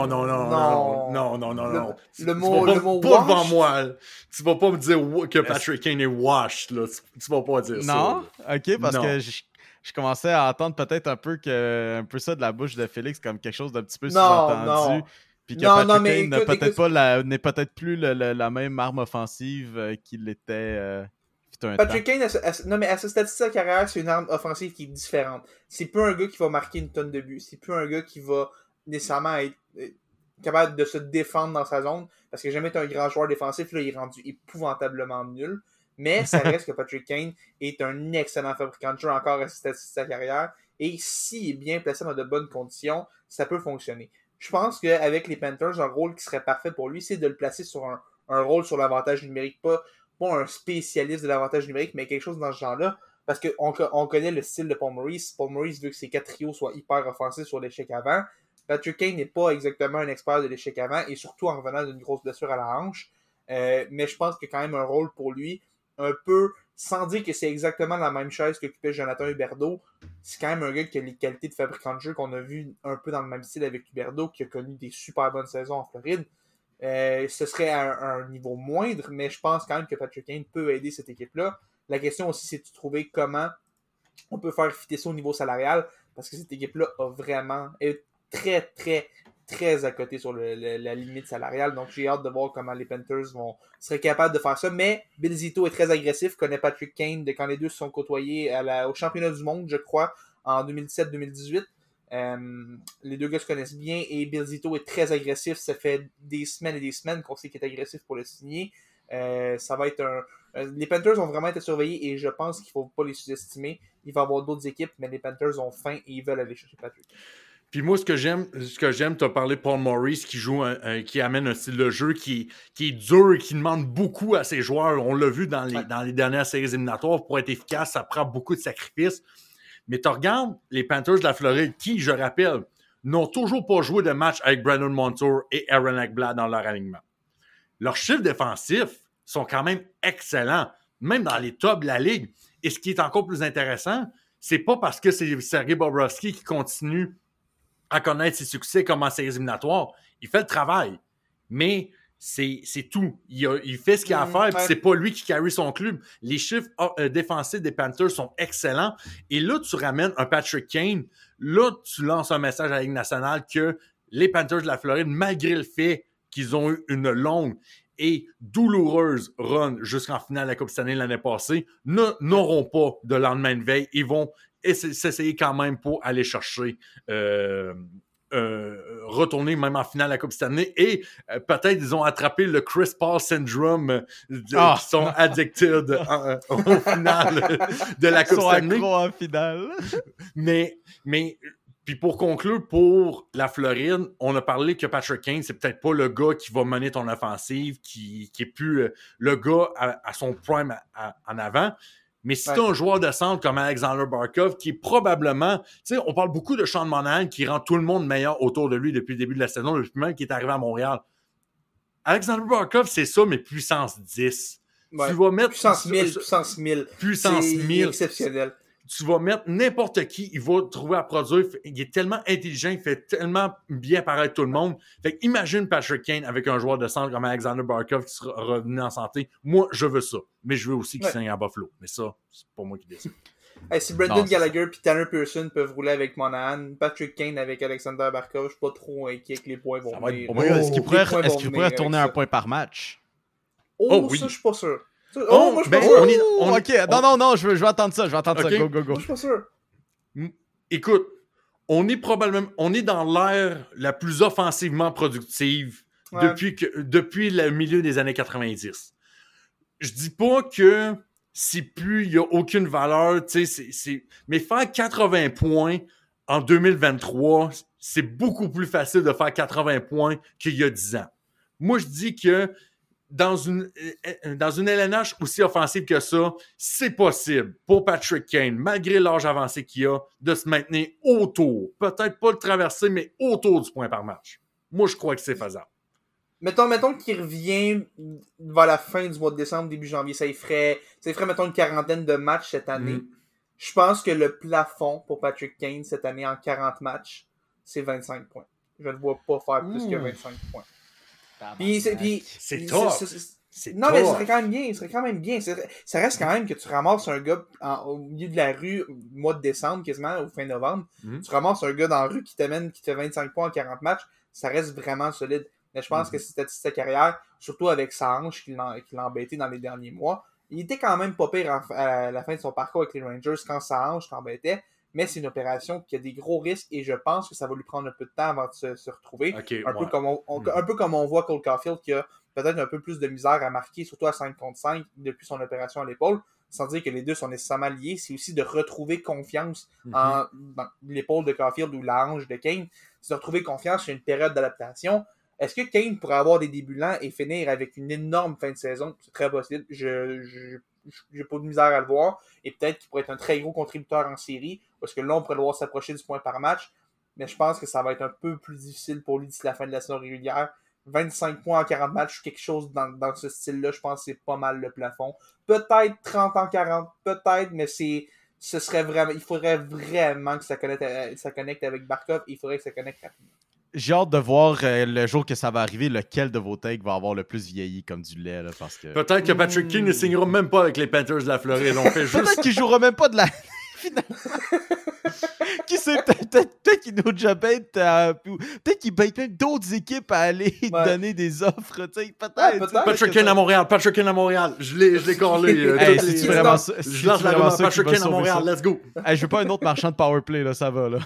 mot pas devant moi. Tu vas pas me dire que Patrick Kane est washed, là. Tu vas pas dire ça. Non? OK, parce que je commençais à entendre peut-être un peu ça de la bouche de Félix comme quelque chose d'un petit peu sous-entendu. Puis que Patrick Kane n'est peut-être plus la même arme offensive qu'il était... Patrick Kane, à ce stade de sa carrière, c'est une arme offensive qui est différente. C'est plus un gars qui va marquer une tonne de buts. C'est plus un gars qui va nécessairement être capable de se défendre dans sa zone. Parce que jamais été un grand joueur défensif, là, il est rendu épouvantablement nul. Mais ça reste que Patrick Kane est un excellent fabricant de jeu encore à ce stade de sa carrière. Et s'il est bien placé dans de bonnes conditions, ça peut fonctionner. Je pense qu'avec les Panthers, un rôle qui serait parfait pour lui, c'est de le placer sur un rôle sur l'avantage numérique, pas un spécialiste de l'avantage numérique, mais quelque chose dans ce genre-là, parce qu'on connaît le style de Paul Maurice. Paul Maurice veut que ses 4 trios soient hyper offensifs sur l'échec avant. Patrick Kane n'est pas exactement un expert de l'échec avant, et surtout en revenant d'une grosse blessure à la hanche. Mais je pense qu'il y a quand même un rôle pour lui, un peu, sans dire que c'est exactement la même chaise qu'occupait Jonathan Huberdeau. C'est quand même un gars qui a les qualités de fabricant de jeu qu'on a vu un peu dans le même style avec Huberdeau, qui a connu des super bonnes saisons en Floride. Ce serait à un niveau moindre, mais je pense quand même que Patrick Kane peut aider cette équipe-là. La question aussi, c'est de trouver comment on peut faire fitter ça au niveau salarial, parce que cette équipe-là est très, très, très à côté sur la limite salariale. Donc, j'ai hâte de voir comment les Panthers seraient capables de faire ça. Mais Bill Zito est très agressif, connaît Patrick Kane quand les deux se sont côtoyés au championnat du monde, je crois, en 2017-2018. Les deux gars se connaissent bien et Bill Zito est très agressif. Ça fait des semaines et des semaines qu'on sait qu'il est agressif pour le signer. Ça va être les Panthers vont vraiment être surveillés et je pense qu'il ne faut pas les sous-estimer. Il va y avoir d'autres équipes, mais les Panthers ont faim et ils veulent aller chercher Patrick. Puis moi, ce que j'aime, tu as parlé de Paul Maurice qui amène un style de jeu qui est dur et qui demande beaucoup à ses joueurs. On l'a vu dans les dernières séries éliminatoires. Pour être efficace, ça prend beaucoup de sacrifices. Mais tu regardes les Panthers de la Floride qui, je rappelle, n'ont toujours pas joué de match avec Brandon Montour et Aaron Ekblad dans leur alignement. Leurs chiffres défensifs sont quand même excellents, même dans les tops de la Ligue. Et ce qui est encore plus intéressant, c'est pas parce que c'est Sergei Bobrovsky qui continue à connaître ses succès comme en séries éliminatoires. Il fait le travail, mais c'est tout. Il fait ce qu'il a à faire, puis c'est pas lui qui carry son club. Les chiffres défensifs des Panthers sont excellents. Et là, tu ramènes un Patrick Kane. Là, tu lances un message à la Ligue nationale que les Panthers de la Floride, malgré le fait qu'ils ont eu une longue et douloureuse run jusqu'en finale de la Coupe Stanley l'année passée, n'auront pas de lendemain de veille. Ils vont s'essayer quand même pour aller chercher retourner même en finale de la Coupe Stanley et peut-être ils ont attrapé le Chris Paul syndrome qui sont addicted au final de la Coupe Stanley. Ils sont accros en finale. Mais puis pour conclure, pour la Floride, on a parlé que Patrick Kane, c'est peut-être pas le gars qui va mener ton offensive, qui est plus le gars à son prime en avant. Mais si tu as un joueur de centre comme Alexander Barkov, qui est probablement... Tu sais, on parle beaucoup de Sean Monahan qui rend tout le monde meilleur autour de lui depuis le début de la saison, depuis même qu'il est arrivé à Montréal. Alexander Barkov, c'est ça, mais puissance 10. Ouais. Tu vas mettre... Puissance 1000. Puissance 1000. Exceptionnel. Tu vas mettre n'importe qui, il va trouver à produire. Il est tellement intelligent, il fait tellement bien paraître tout le monde. Fait imagine Patrick Kane avec un joueur de centre comme Alexander Barkov qui sera revenu en santé. Moi, je veux ça. Mais je veux aussi qu'il signe à Buffalo. Mais ça, c'est pas moi qui décide. Hey, si Brendan Gallagher et Tanner Pearson peuvent rouler avec Monahan, Patrick Kane avec Alexander Barkov, je suis pas trop inquiet que les points vont venir. Est-ce qu'il pourrait tourner un point par match? Oui. Ça, je suis pas sûr. Moi, je suis pas sûr. Ok, non, je veux entendre ça. Okay. Go. Moi, je suis pas sûr. Écoute, on est dans l'ère la plus offensivement productive depuis le milieu des années 90. Je dis pas que il n'y a aucune valeur, mais faire 80 points en 2023, c'est beaucoup plus facile de faire 80 points qu'il y a 10 ans. Moi, je dis que dans une LNH aussi offensive que ça, c'est possible pour Patrick Kane, malgré l'âge avancé qu'il a, de se maintenir autour. Peut-être pas le traverser, mais autour du point par match. Moi, je crois que c'est faisable. Mettons qu'il revient vers la fin du mois de décembre, début janvier. Ça y ferait mettons, une quarantaine de matchs cette année. Je pense que le plafond pour Patrick Kane cette année en 40 matchs, c'est 25 points. Je ne vois pas faire plus que 25 points. C'est top. Non, mais ce serait quand même bien. Ça reste quand même que tu ramasses un gars au milieu de la rue au mois de décembre, quasiment, ou fin novembre. Tu ramasses un gars dans la rue qui te fait 25 points en 40 matchs. Ça reste vraiment solide. Mais je pense que c'était sa carrière, surtout avec sa hanche qui l'a embêté dans les derniers mois. Il était quand même pas pire à la fin de son parcours avec les Rangers quand sa hanche l'embêtait. Mais c'est une opération qui a des gros risques et je pense que ça va lui prendre un peu de temps avant de se retrouver. Un peu comme on voit Cole Caulfield qui a peut-être un peu plus de misère à marquer, surtout à 5 contre 5 depuis son opération à l'épaule. Sans dire que les deux sont nécessairement liés, c'est aussi de retrouver confiance dans l'épaule de Caulfield ou la hanche de Kane. C'est de retrouver confiance sur une période d'adaptation. Est-ce que Kane pourrait avoir des débuts lents et finir avec une énorme fin de saison? C'est très possible. J'ai pas de misère à le voir. Et peut-être qu'il pourrait être un très gros contributeur en série, parce que là, on pourrait le voir s'approcher du point par match. Mais je pense que ça va être un peu plus difficile pour lui d'ici la fin de la saison régulière. 25 points en 40 matchs, quelque chose dans ce style-là, je pense que c'est pas mal le plafond. Peut-être 30 en 40, peut-être, mais ce serait vraiment... Il faudrait vraiment que ça connecte avec Barkov, et il faudrait que ça connecte rapidement. J'ai hâte de voir le jour que ça va arriver, lequel de vos takes va avoir le plus vieilli comme du lait. Là, parce que... Peut-être que Patrick Kane ne signera même pas avec les Panthers de la Floride. On fait juste... Peut-être qu'il jouera même pas de la finale. Qui sait, peut-être qu'il nous bête, peut-être qu'il bête même d'autres équipes à aller donner des offres, tu sais, peut-être. Patrick Kane à Montréal, je l'ai collé. C'est vraiment ça. Je lance la rumeur, Patrick Kane à Montréal, let's go. Hey, je veux pas un autre marchand de powerplay, là, ça va, là.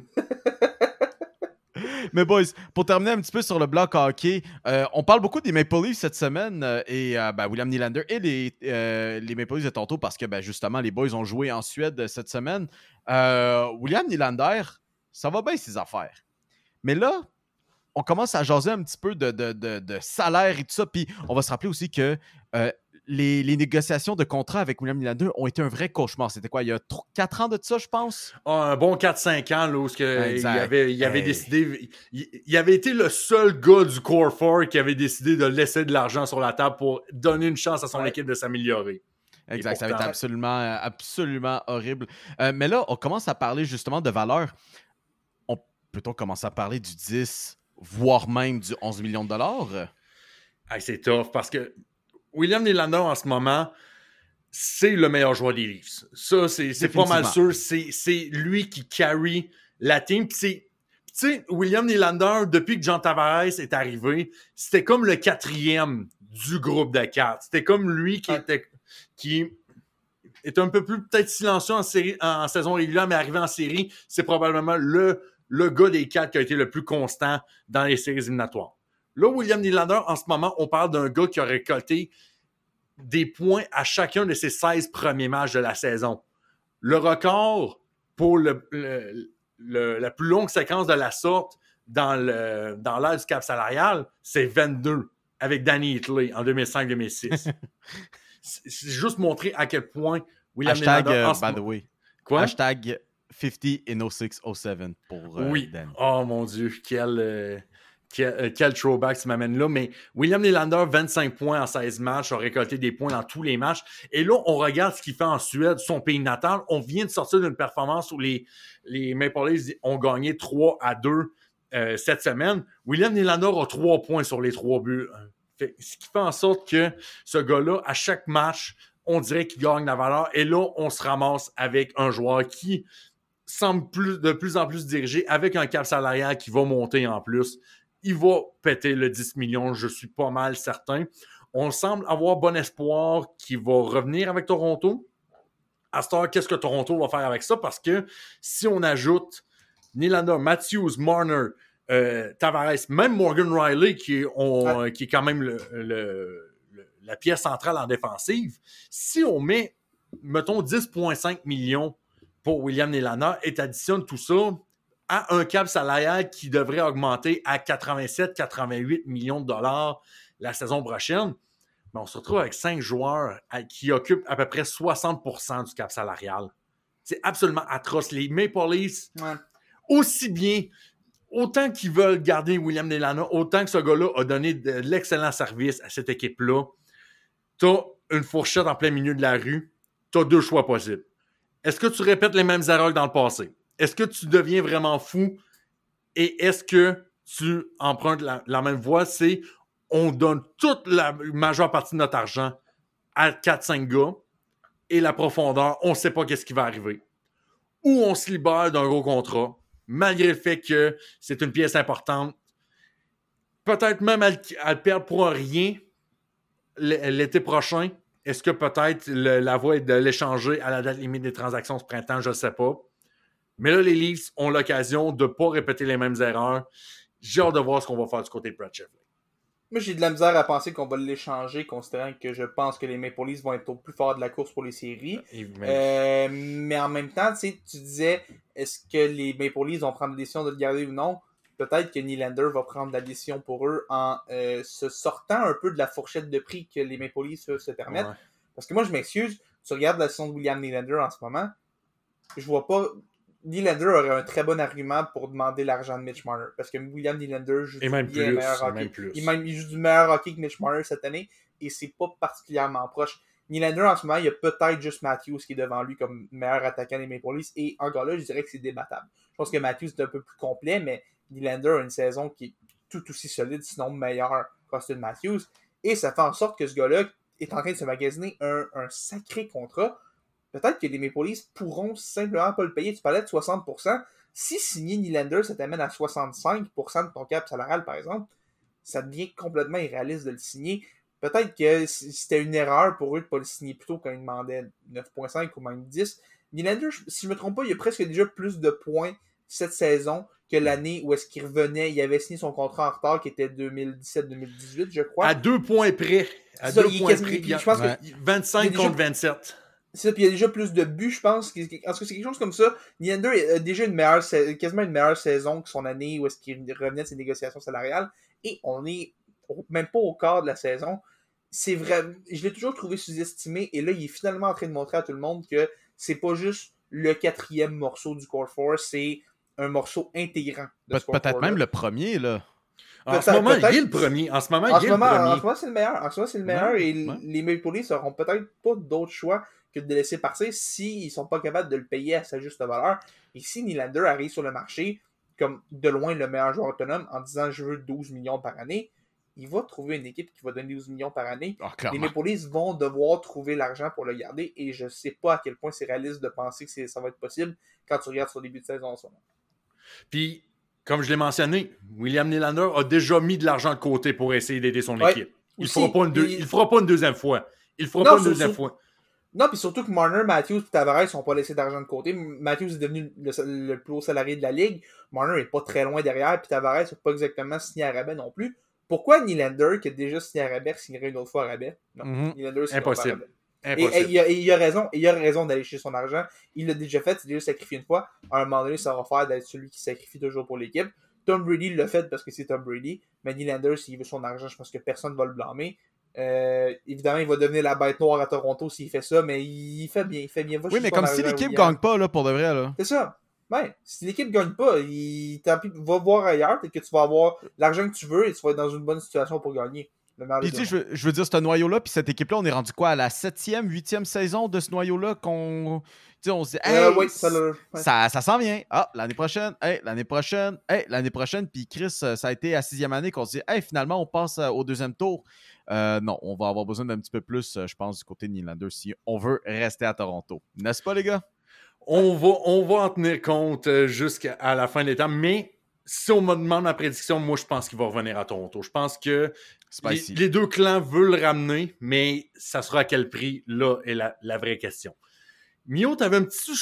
Mais boys, pour terminer un petit peu sur le bloc hockey, on parle beaucoup des Maple Leafs cette semaine et William Nylander et les Maple Leafs de Toronto parce que justement, les boys ont joué en Suède cette semaine. William Nylander, ça va bien ses affaires. Mais là, on commence à jaser un petit peu de salaire et tout ça. Puis on va se rappeler aussi que les négociations de contrat avec William Nylander ont été un vrai cauchemar. C'était quoi, il y a 4 ans de ça, je pense? Un bon 4-5 ans, là, où il avait décidé... Il avait été le seul gars du Core 4 qui avait décidé de laisser de l'argent sur la table pour donner une chance à son équipe de s'améliorer. Exact, ça va être absolument horrible. Mais là, on commence à parler justement de valeur. Peut-on commencer à parler du 10, voire même du 11 millions de dollars? C'est tough parce que William Nylander, en ce moment, c'est le meilleur joueur des Leafs. Ça, c'est pas mal sûr. C'est lui qui carry la team. Tu sais, William Nylander, depuis que John Tavares est arrivé, c'était comme le 4e du groupe de 4. C'était comme lui qui était un peu plus peut-être silencieux en saison régulière, mais arrivé en série, c'est probablement le gars des 4 qui a été le plus constant dans les séries éliminatoires. Là, William Nylander, en ce moment, on parle d'un gars qui a récolté des points à chacun de ses 16 premiers matchs de la saison. Le record pour la plus longue séquence de la sorte dans l'ère du cap salarial, c'est 22 avec Danny Hitley en 2005-2006. C'est juste montrer à quel point William Nylander... by the way. Quoi? Hashtag 50 in 06-07 pour oui. Danny. Oh mon Dieu, quel throwback tu m'amènes là. Mais William Nylander, 25 points en 16 matchs, a récolté des points dans tous les matchs. Et là, on regarde ce qu'il fait en Suède, son pays natal. On vient de sortir d'une performance où les Maple Leafs ont gagné 3-2 cette semaine. William Nylander a 3 points sur les 3 buts. Ce qui fait en sorte que ce gars-là, à chaque match, on dirait qu'il gagne la valeur. Et là, on se ramasse avec un joueur qui semble de plus en plus dirigé, avec un cap salarial qui va monter en plus. Il va péter le 10 millions, je suis pas mal certain. On semble avoir bon espoir qu'il va revenir avec Toronto. À ce temps, qu'est-ce que Toronto va faire avec ça? Parce que si on ajoute Nylander, Matthews, Marner, Tavares, même Morgan Riley, qui est quand même la pièce centrale en défensive, si on met, mettons, 10,5 millions pour William Nylander et t'additionnes tout ça à un cap salarial qui devrait augmenter à 87-88 millions de dollars la saison prochaine, mais on se retrouve avec 5 joueurs qui occupent à peu près 60% du cap salarial. C'est absolument atroce. Les Maple Leafs, aussi bien, autant qu'ils veulent garder William Nylander, autant que ce gars-là a donné de l'excellent service à cette équipe-là, t'as une fourchette en plein milieu de la rue, t'as 2 choix possibles. Est-ce que tu répètes les mêmes erreurs que dans le passé? Est-ce que tu deviens vraiment fou? Et est-ce que tu empruntes la même voie? C'est on donne toute la majeure partie de notre argent à 4-5 gars et la profondeur, on ne sait pas qu'est-ce qui va arriver. Ou on se libère d'un gros contrat, malgré le fait que c'est une pièce importante. Peut-être même à le perdre pour un rien l'été prochain. Est-ce que peut-être la voie est de l'échanger à la date limite des transactions ce printemps? Je ne sais pas. Mais là, les Leafs ont l'occasion de ne pas répéter les mêmes erreurs. J'ai hâte de voir ce qu'on va faire du côté de Brad Sheffield. Moi, j'ai de la misère à penser qu'on va l'échanger, considérant que je pense que les Maple Leafs vont être au plus fort de la course pour les séries. Mais en même temps, tu disais, est-ce que les Maple Leafs vont prendre la décision de le garder ou non? Peut-être que Nylander va prendre la décision pour eux en se sortant un peu de la fourchette de prix que les Maple Leafs se permettent. Ouais. Parce que moi, je m'excuse, tu regardes la saison de William Nylander en ce moment, je vois pas... Nylander aurait un très bon argument pour demander l'argent de Mitch Marner. Parce que William Nylander joue meilleur hockey. Il joue du meilleur hockey que Mitch Marner cette année. Et c'est pas particulièrement proche. Nylander, en ce moment, il y a peut-être juste Matthews qui est devant lui comme meilleur attaquant des Maple Leafs. Et encore là, je dirais que c'est débattable. Je pense que Matthews est un peu plus complet, mais Nylander a une saison qui est tout aussi solide, sinon meilleure qu'Austin Matthews. Et ça fait en sorte que ce gars-là est en train de se magasiner un sacré contrat. peut-être que les Maple Leafs pourront simplement pas le payer. Tu parlais de 60%. Si signer Nylander, ça t'amène à 65% de ton cap salarial, par exemple, ça devient complètement irréaliste de le signer. Peut-être que c'était une erreur pour eux de ne pas le signer plus tôt quand ils demandaient 9,5 ou même 10. Nylander, si je ne me trompe pas, il y a presque déjà plus de points cette saison que l'année où est-ce qu'il revenait. Il avait signé son contrat en retard qui était 2017-2018, je crois. À 2 points près. À 2 points près. Je pense que 25 contre 27. C'est ça, puis il y a déjà plus de buts, je pense. En tout cas, c'est quelque chose comme ça. Nylander a déjà quasiment une meilleure saison que son année où est-ce qu'il revenait de ses négociations salariales. Et on est même pas au quart de la saison. C'est vrai, je l'ai toujours trouvé sous-estimé. Et là, il est finalement en train de montrer à tout le monde que c'est pas juste le 4e morceau du Core 4, c'est un morceau intégrant de ce Core 4. Peut-être même le premier, là. En ce moment, il est le premier. En ce moment, c'est le meilleur. En ce moment, c'est le meilleur. Et les Maple Leafs n'auront peut-être pas d'autre choix que de le laisser partir s'ils ne sont pas capables de le payer à sa juste valeur. Et si Nylander arrive sur le marché comme de loin le meilleur joueur autonome en disant « je veux 12 millions par année », il va trouver une équipe qui va donner 12 millions par année. Les Maple Leafs vont devoir trouver l'argent pour le garder et je ne sais pas à quel point c'est réaliste de penser que ça va être possible quand tu regardes sur le début de saison en ce moment. Puis, comme je l'ai mentionné, William Nylander a déjà mis de l'argent de côté pour essayer d'aider son équipe. Il ne fera pas une deuxième fois. Non, puis surtout que Marner, Matthews et Tavares n'ont pas laissé d'argent de côté. Matthews est devenu le plus haut salarié de la Ligue. Marner n'est pas très loin derrière, puis Tavares n'a pas exactement signé à rabais non plus. Pourquoi Nylander, qui a déjà signé à rabais, signerait une autre fois à rabais? Non, Nylander, c'est impossible. Et il a raison d'aller chercher son argent. Il l'a déjà fait, il l'a déjà sacrifié une fois. À un moment donné, ça va faire d'être celui qui sacrifie toujours pour l'équipe. Tom Brady l'a fait parce que c'est Tom Brady. Mais Nylander, s'il veut son argent, je pense que personne ne va le blâmer. Évidemment, il va devenir la bête noire à Toronto s'il fait ça, mais il fait bien. Oui, mais comme si l'équipe ne gagne pas, là, pour de vrai. Là. C'est ça. Ouais, si l'équipe ne gagne pas, tant pis, va voir ailleurs, peut-être que tu vas avoir l'argent que tu veux et tu vas être dans une bonne situation pour gagner. Puis tu sais, je veux dire, ce noyau-là, puis cette équipe-là, on est rendu quoi à la 7e, 8e saison de ce noyau-là qu'on... Tu sais, on se dit, hey, oui, ça s'en vient. Ah, l'année prochaine, l'année prochaine. Puis Chris, ça a été à 6e année qu'on se dit, hey, finalement, on passe au 2e tour. Non, on va avoir besoin d'un petit peu plus, je pense, du côté de Nylander si on veut rester à Toronto. N'est-ce pas, les gars? On va en tenir compte jusqu'à la fin de l'état, mais si on me demande ma prédiction, moi, je pense qu'il va revenir à Toronto. Je pense que les deux clans veulent le ramener, mais ça sera à quel prix? Là est la vraie question. Mio, t'avais un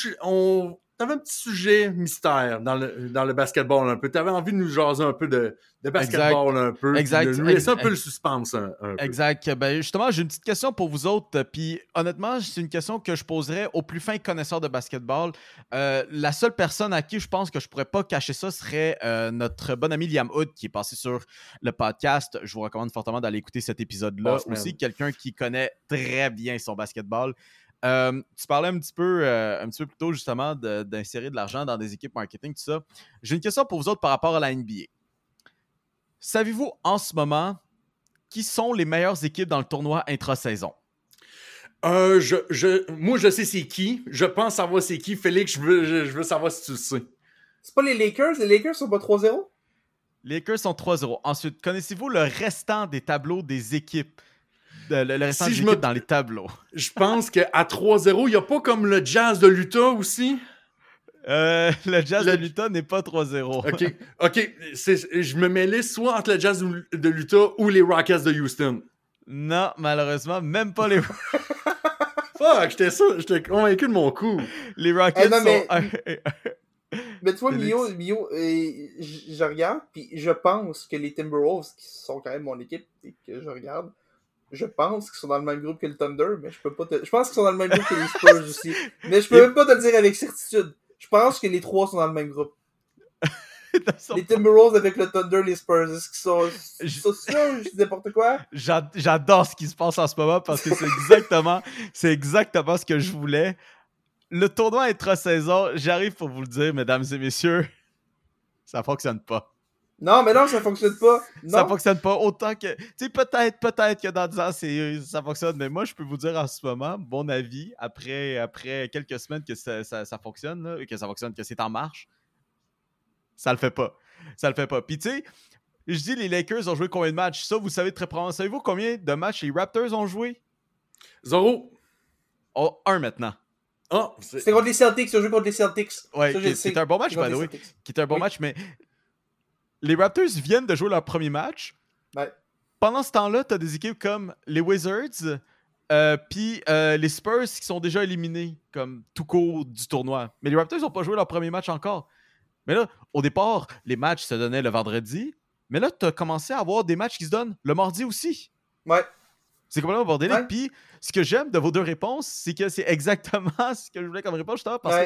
petit sujet mystère dans le basketball un peu. T'avais envie de nous jaser un peu de basketball un peu. Exact. De nous laisser un peu le suspense un peu. Exact. Ben justement, j'ai une petite question pour vous autres. Puis honnêtement, c'est une question que je poserais aux plus fins connaisseurs de basketball. La seule personne à qui je pense que je pourrais pas cacher ça serait notre bon ami Liam Hood qui est passé sur le podcast. Je vous recommande fortement d'aller écouter cet épisode-là. Aussi, quelqu'un qui connaît très bien son basketball. Tu parlais un petit peu plus tôt justement d'insérer de l'argent dans des équipes marketing, tout ça. J'ai une question pour vous autres par rapport à la NBA. Savez-vous en ce moment qui sont les meilleures équipes dans le tournoi intra-saison? Moi, je sais c'est qui. Je pense savoir c'est qui. Félix, je veux savoir si tu le sais. C'est pas les Lakers? Les Lakers sont pas 3-0? Les Lakers sont 3-0. Ensuite, connaissez-vous le restant des tableaux des équipes? Le restant des équipes dans les tableaux. Je pense qu'à 3-0, il n'y a pas comme le Jazz de l'Utah aussi? Le Jazz de l'Utah n'est pas 3-0. OK. Je me mêlais soit entre le Jazz de l'Utah ou les Rockets de Houston. Non, malheureusement, même pas les... Fuck, j'étais convaincu de mon coup. Les Rockets sont... Mais tu vois, Mio, je regarde, puis je pense que les Timberwolves, qui sont quand même mon équipe et que je regarde, je pense qu'ils sont dans le même groupe que le Thunder, mais je pense qu'ils sont dans le même groupe que les Spurs aussi. Mais je peux même pas te le dire avec certitude. Je pense que les trois sont dans le même groupe. Les Timberwolves avec le Thunder, les Spurs, est-ce qu'ils sont ça? Je dis n'importe quoi? J'adore ce qui se passe en ce moment parce que c'est exactement ce que je voulais. Le tournoi intra-saison, j'arrive pour vous le dire, mesdames et messieurs, ça fonctionne pas. Non, mais non, ça fonctionne pas. Non. Ça fonctionne pas autant que... Tu sais, peut-être que dans 10 ans, ça fonctionne, mais moi, je peux vous dire en ce moment, mon avis, après quelques semaines que ça fonctionne, là, que c'est en marche, ça le fait pas. Puis tu sais, je dis les Lakers ont joué combien de matchs? Ça, vous savez très probablement. Savez-vous combien de matchs les Raptors ont joué? 0. Oh, 1 maintenant. Oh, C'était contre les Celtics, le jeu contre les Celtics. Ouais, Ça, je le qui sais. était un bon match, by Contre the les way. Celtics. Qui était un bon Oui. match, mais les Raptors viennent de jouer leur premier match. Ouais. Pendant ce temps-là, t'as des équipes comme les Wizards, puis les Spurs qui sont déjà éliminés, comme tout court du tournoi. Mais les Raptors n'ont pas joué leur premier match encore. Mais là, au départ, les matchs se donnaient le vendredi. Mais là, t'as commencé à avoir des matchs qui se donnent le mardi aussi. Ouais. C'est complètement bordélique. Ouais. Puis, ce que j'aime de vos deux réponses, c'est que c'est exactement ce que je voulais comme réponse, justement, parce Ouais.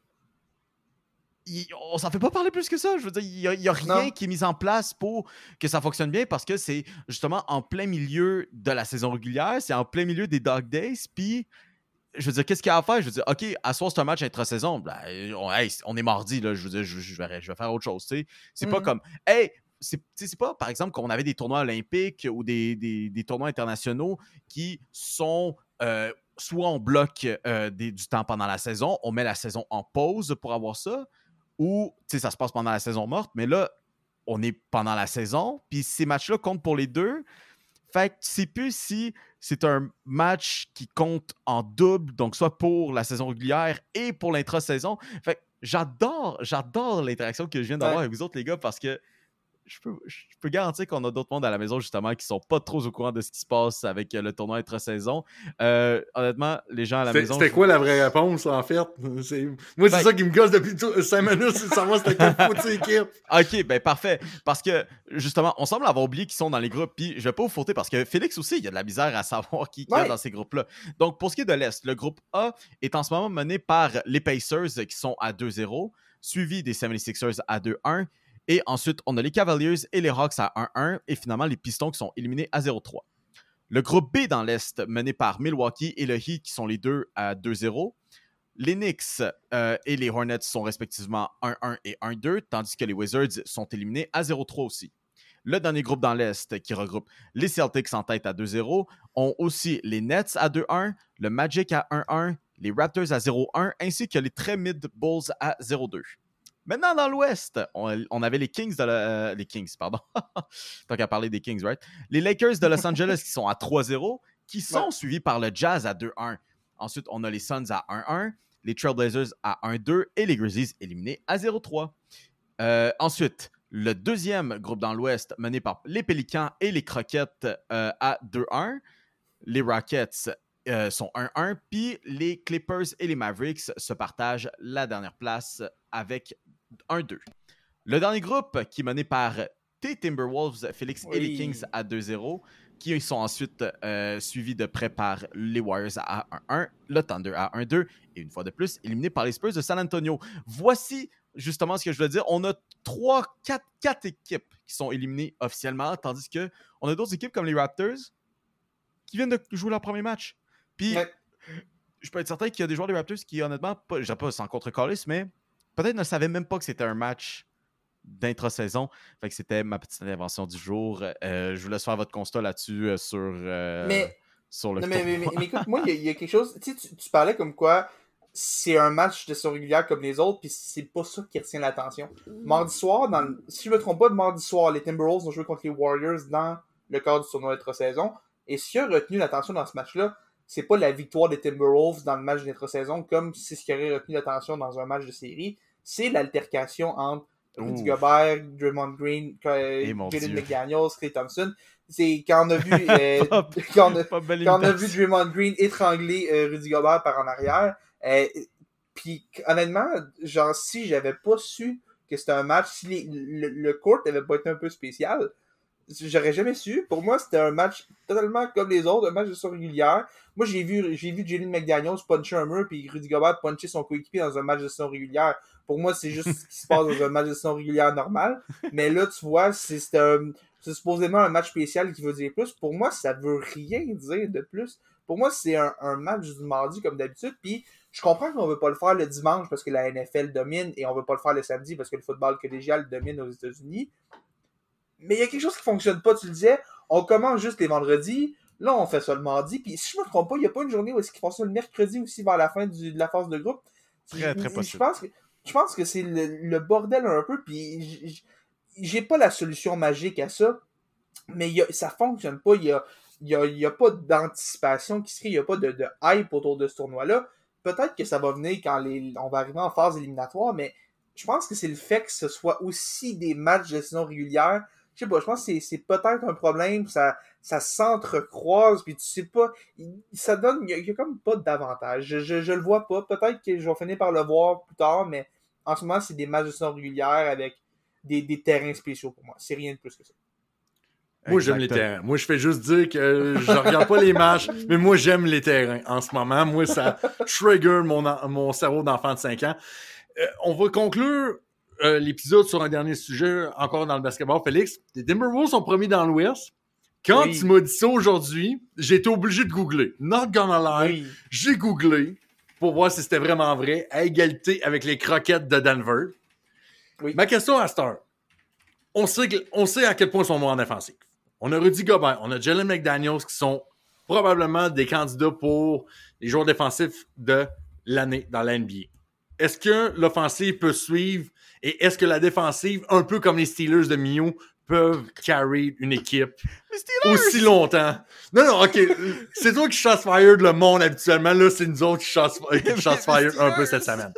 on s'en fait pas parler plus que ça. Je veux dire, il y a rien Non. qui est mis en place pour que ça fonctionne bien parce que c'est justement en plein milieu de la saison régulière, c'est en plein milieu des Dog Days, puis je veux dire, qu'est-ce qu'il y a à faire? Je veux dire, OK, à soir, c'est un match intra-saison. Ben, on est mardi, là. Je veux dire, je vais faire autre chose, tu sais. C'est pas comme, hey, c'est pas, par exemple, qu'on avait des tournois olympiques ou des tournois internationaux qui sont soit on bloque du temps pendant la saison, on met la saison en pause pour avoir ça, ou, tu sais, ça se passe pendant la saison morte, mais là, on est pendant la saison, puis ces matchs-là comptent pour les deux. Fait que tu sais plus si c'est un match qui compte en double, donc soit pour la saison régulière et pour l'intra-saison. Fait que j'adore l'interaction que je viens d'avoir avec vous autres, les gars, parce que je peux garantir qu'on a d'autres mondes à la maison, justement, qui sont pas trop au courant de ce qui se passe avec le tournoi intra-saison. Honnêtement, les gens à la maison... C'était quoi la vraie réponse, en fait? Moi, c'est ça qui me gosse depuis 5 minutes, c'est de savoir c'était quelle foutue équipe. OK, ben parfait. Parce que, justement, on semble avoir oublié qu'ils sont dans les groupes, puis je vais pas vous fauter, parce que Félix aussi, il y a de la misère à savoir qui est dans ces groupes-là. Donc, pour ce qui est de l'Est, le groupe A est en ce moment mené par les Pacers, qui sont à 2-0, suivi des 76ers à 2-1, et ensuite, on a les Cavaliers et les Hawks à 1-1, et finalement, les Pistons qui sont éliminés à 0-3. Le groupe B dans l'Est, mené par Milwaukee et le Heat, qui sont les deux à 2-0. Les Knicks et les Hornets sont respectivement 1-1 et 1-2, tandis que les Wizards sont éliminés à 0-3 aussi. Le dernier groupe dans l'Est, qui regroupe les Celtics en tête à 2-0, ont aussi les Nets à 2-1, le Magic à 1-1, les Raptors à 0-1, ainsi que les très mid Bulls à 0-2. Maintenant, dans l'Ouest, on avait les Kings les Kings, pardon. Tant qu'à parler des Kings, right? Les Lakers de Los Angeles qui sont à 3-0, qui sont suivis par le Jazz à 2-1. Ensuite, on a les Suns à 1-1, les Trailblazers à 1-2 et les Grizzlies éliminés à 0-3. Ensuite, le deuxième groupe dans l'Ouest, mené par les Pélicans et les Croquettes à 2-1. Les Rockets sont 1-1, puis les Clippers et les Mavericks se partagent la dernière place avec 1-2. Le dernier groupe qui est mené par les Timberwolves, Félix et les Kings à 2-0, qui sont ensuite suivis de près par les Warriors à 1-1, le Thunder à 1-2, et une fois de plus, éliminé par les Spurs de San Antonio. Voici justement ce que je veux dire. On a 4 équipes qui sont éliminées officiellement, tandis qu'on a d'autres équipes comme les Raptors qui viennent de jouer leur premier match. Puis, je peux être certain qu'il y a des joueurs des Raptors qui, honnêtement, je dirais pas sans contre-calice, mais peut-être ne savaient même pas que c'était un match d'intra-saison. Fait que c'était ma petite intervention du jour. Je vous laisse faire votre constat là-dessus sur le tournoi. Mais écoute, moi, il y a quelque chose... Tu parlais comme quoi c'est un match de saison régulière comme les autres, puis c'est pas ça qui retient l'attention. Mardi soir, si je me trompe pas, mardi soir, les Timberwolves ont joué contre les Warriors dans le cadre du tournoi d'intra-saison. Et ce qui a retenu l'attention dans ce match-là, c'est pas la victoire des Timberwolves dans le match d'intra-saison, comme c'est ce qui aurait retenu l'attention dans un match de série. C'est l'altercation entre Rudy Gobert, Draymond Green, Jaden McDaniels, Klay Thompson. C'est quand on a vu quand on a vu Draymond Green étrangler Rudy Gobert par en arrière. Puis honnêtement, genre si j'avais pas su que c'était un match, si le court avait pas été un peu spécial, j'aurais jamais su. Pour moi, c'était un match totalement comme les autres, un match de saison régulière. Moi, j'ai vu Jaden McDaniels puncher un mur puis Rudy Gobert puncher son coéquipier dans un match de saison régulière. Pour moi, c'est juste ce qui se passe dans un match de saison régulière normal. Mais là, tu vois, c'est supposément un match spécial qui veut dire plus. Pour moi, ça veut rien dire de plus. Pour moi, c'est un match du mardi comme d'habitude. Puis, je comprends qu'on veut pas le faire le dimanche parce que la NFL domine et on veut pas le faire le samedi parce que le football collégial domine aux États-Unis. Mais il y a quelque chose qui fonctionne pas, tu le disais. On commence juste les vendredis. Là, on fait ça le mardi. Puis, si je me trompe pas, il n'y a pas une journée où est-ce qu'ils font ça le mercredi aussi vers la fin de la phase de groupe. Très possible. Je pense que c'est le bordel un peu. Puis, j'ai pas la solution magique à ça. Mais ça fonctionne pas. Il y a pas d'anticipation qui se crée. Il n'y a pas de hype autour de ce tournoi-là. peut-être que ça va venir quand on va arriver en phase éliminatoire, mais je pense que c'est le fait que ce soit aussi des matchs de saison régulière. Je sais pas, je pense que c'est peut-être un problème, ça s'entrecroise, puis tu sais pas, ça donne, il y a comme pas d'avantage. Je le vois pas, peut-être que je vais finir par le voir plus tard, mais en ce moment, c'est des matchs de saison régulière avec des terrains spéciaux pour moi. C'est rien de plus que ça. Moi, j'aime les terrains. Moi, je fais juste dire que je regarde pas les matchs, mais moi, j'aime les terrains en ce moment. Moi, ça trigger mon cerveau d'enfant de 5 ans. On va conclure l'épisode sur un dernier sujet, encore dans le basketball. Félix, les Timberwolves sont premiers dans l'Ouest. Quand tu m'as dit ça aujourd'hui, j'ai été obligé de googler. Not gonna lie, j'ai googlé pour voir si c'était vraiment vrai, à égalité avec les Croquettes de Denver. Oui. Ma question à cette heure, on sait à quel point ils sont bons en défensive. On a Rudy Gobert, on a Jalen McDaniels qui sont probablement des candidats pour les joueurs défensifs de l'année dans la NBA. Est-ce que l'offensive peut suivre et est-ce que la défensive, un peu comme les Steelers de Mio, peuvent carry une équipe aussi longtemps? Non, ok. C'est toi qui chasse fire le monde habituellement. Là, c'est nous autres qui chasse fire un peu cette semaine.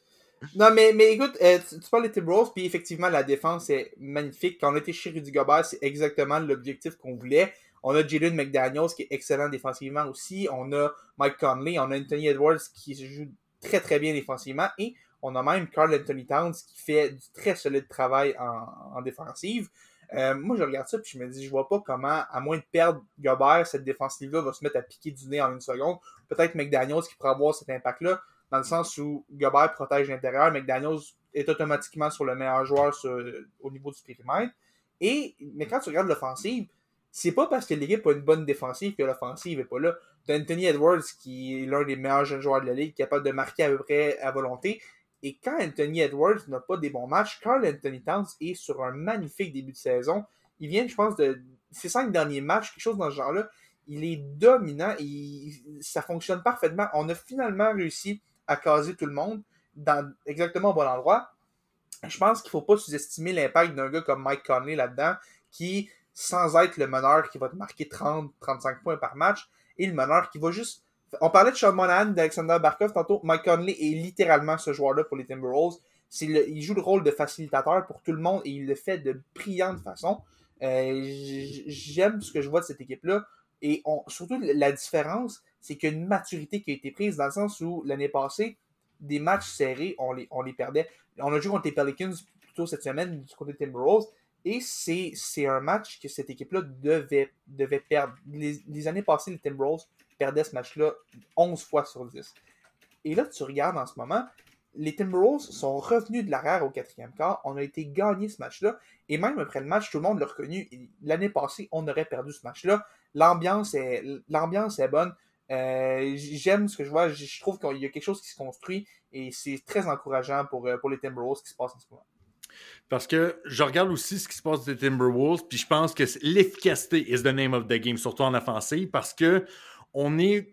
Non, mais écoute, tu parles des Timberwolves, puis effectivement, la défense est magnifique. Quand on était chez Rudy Gobert, c'est exactement l'objectif qu'on voulait. On a Jalen McDaniels qui est excellent défensivement aussi. On a Mike Conley, on a Anthony Edwards qui joue très très bien défensivement. Et on a même Karl Anthony Towns qui fait du très solide travail en défensive. Moi, je regarde ça puis je me dis, je vois pas comment, à moins de perdre Gobert, cette défensive-là va se mettre à piquer du nez en une seconde. Peut-être McDaniels qui pourra avoir cet impact-là, dans le sens où Gobert protège l'intérieur, McDaniels est automatiquement sur le meilleur joueur au niveau du périmètre. Mais quand tu regardes l'offensive, c'est pas parce que l'équipe a une bonne défensive que l'offensive est pas là. T'as Anthony Edwards qui est l'un des meilleurs jeunes joueurs de la ligue, capable de marquer à peu près à volonté. Et quand Anthony Edwards n'a pas des bons matchs, Karl Anthony Towns est sur un magnifique début de saison. Il vient, je pense, de ses 5 derniers matchs, quelque chose dans ce genre-là. Il est dominant, ça fonctionne parfaitement. On a finalement réussi à caser tout le monde exactement au bon endroit. Je pense qu'il ne faut pas sous-estimer l'impact d'un gars comme Mike Conley là-dedans, qui, sans être le meneur qui va te marquer 30-35 points par match, et le meneur qui va juste... On parlait de Sean Monahan, d'Alexander Barkov tantôt. Mike Conley est littéralement ce joueur-là pour les Timberwolves. Il joue le rôle de facilitateur pour tout le monde et il le fait de brillante façon. J'aime ce que je vois de cette équipe-là. Et surtout, la différence, c'est qu'il y a une maturité qui a été prise dans le sens où, l'année passée, des matchs serrés, on les perdait. On a joué contre les Pelicans plutôt cette semaine du côté des Timberwolves. Et c'est un match que cette équipe-là devait perdre. Les années passées, les Timberwolves perdaient ce match-là 11 fois sur 10. Et là, tu regardes en ce moment, les Timberwolves sont revenus de l'arrière au 4e quart. On a été gagné ce match-là. Et même après le match, tout le monde l'a reconnu. L'année passée, on aurait perdu ce match-là. L'ambiance est bonne. J'aime ce que je vois. Je trouve qu'il y a quelque chose qui se construit. Et c'est très encourageant pour les Timberwolves qui se passe en ce moment. Parce que je regarde aussi ce qui se passe des Timberwolves, puis je pense que l'efficacité is the name of the game, surtout en offensive, parce que on n'est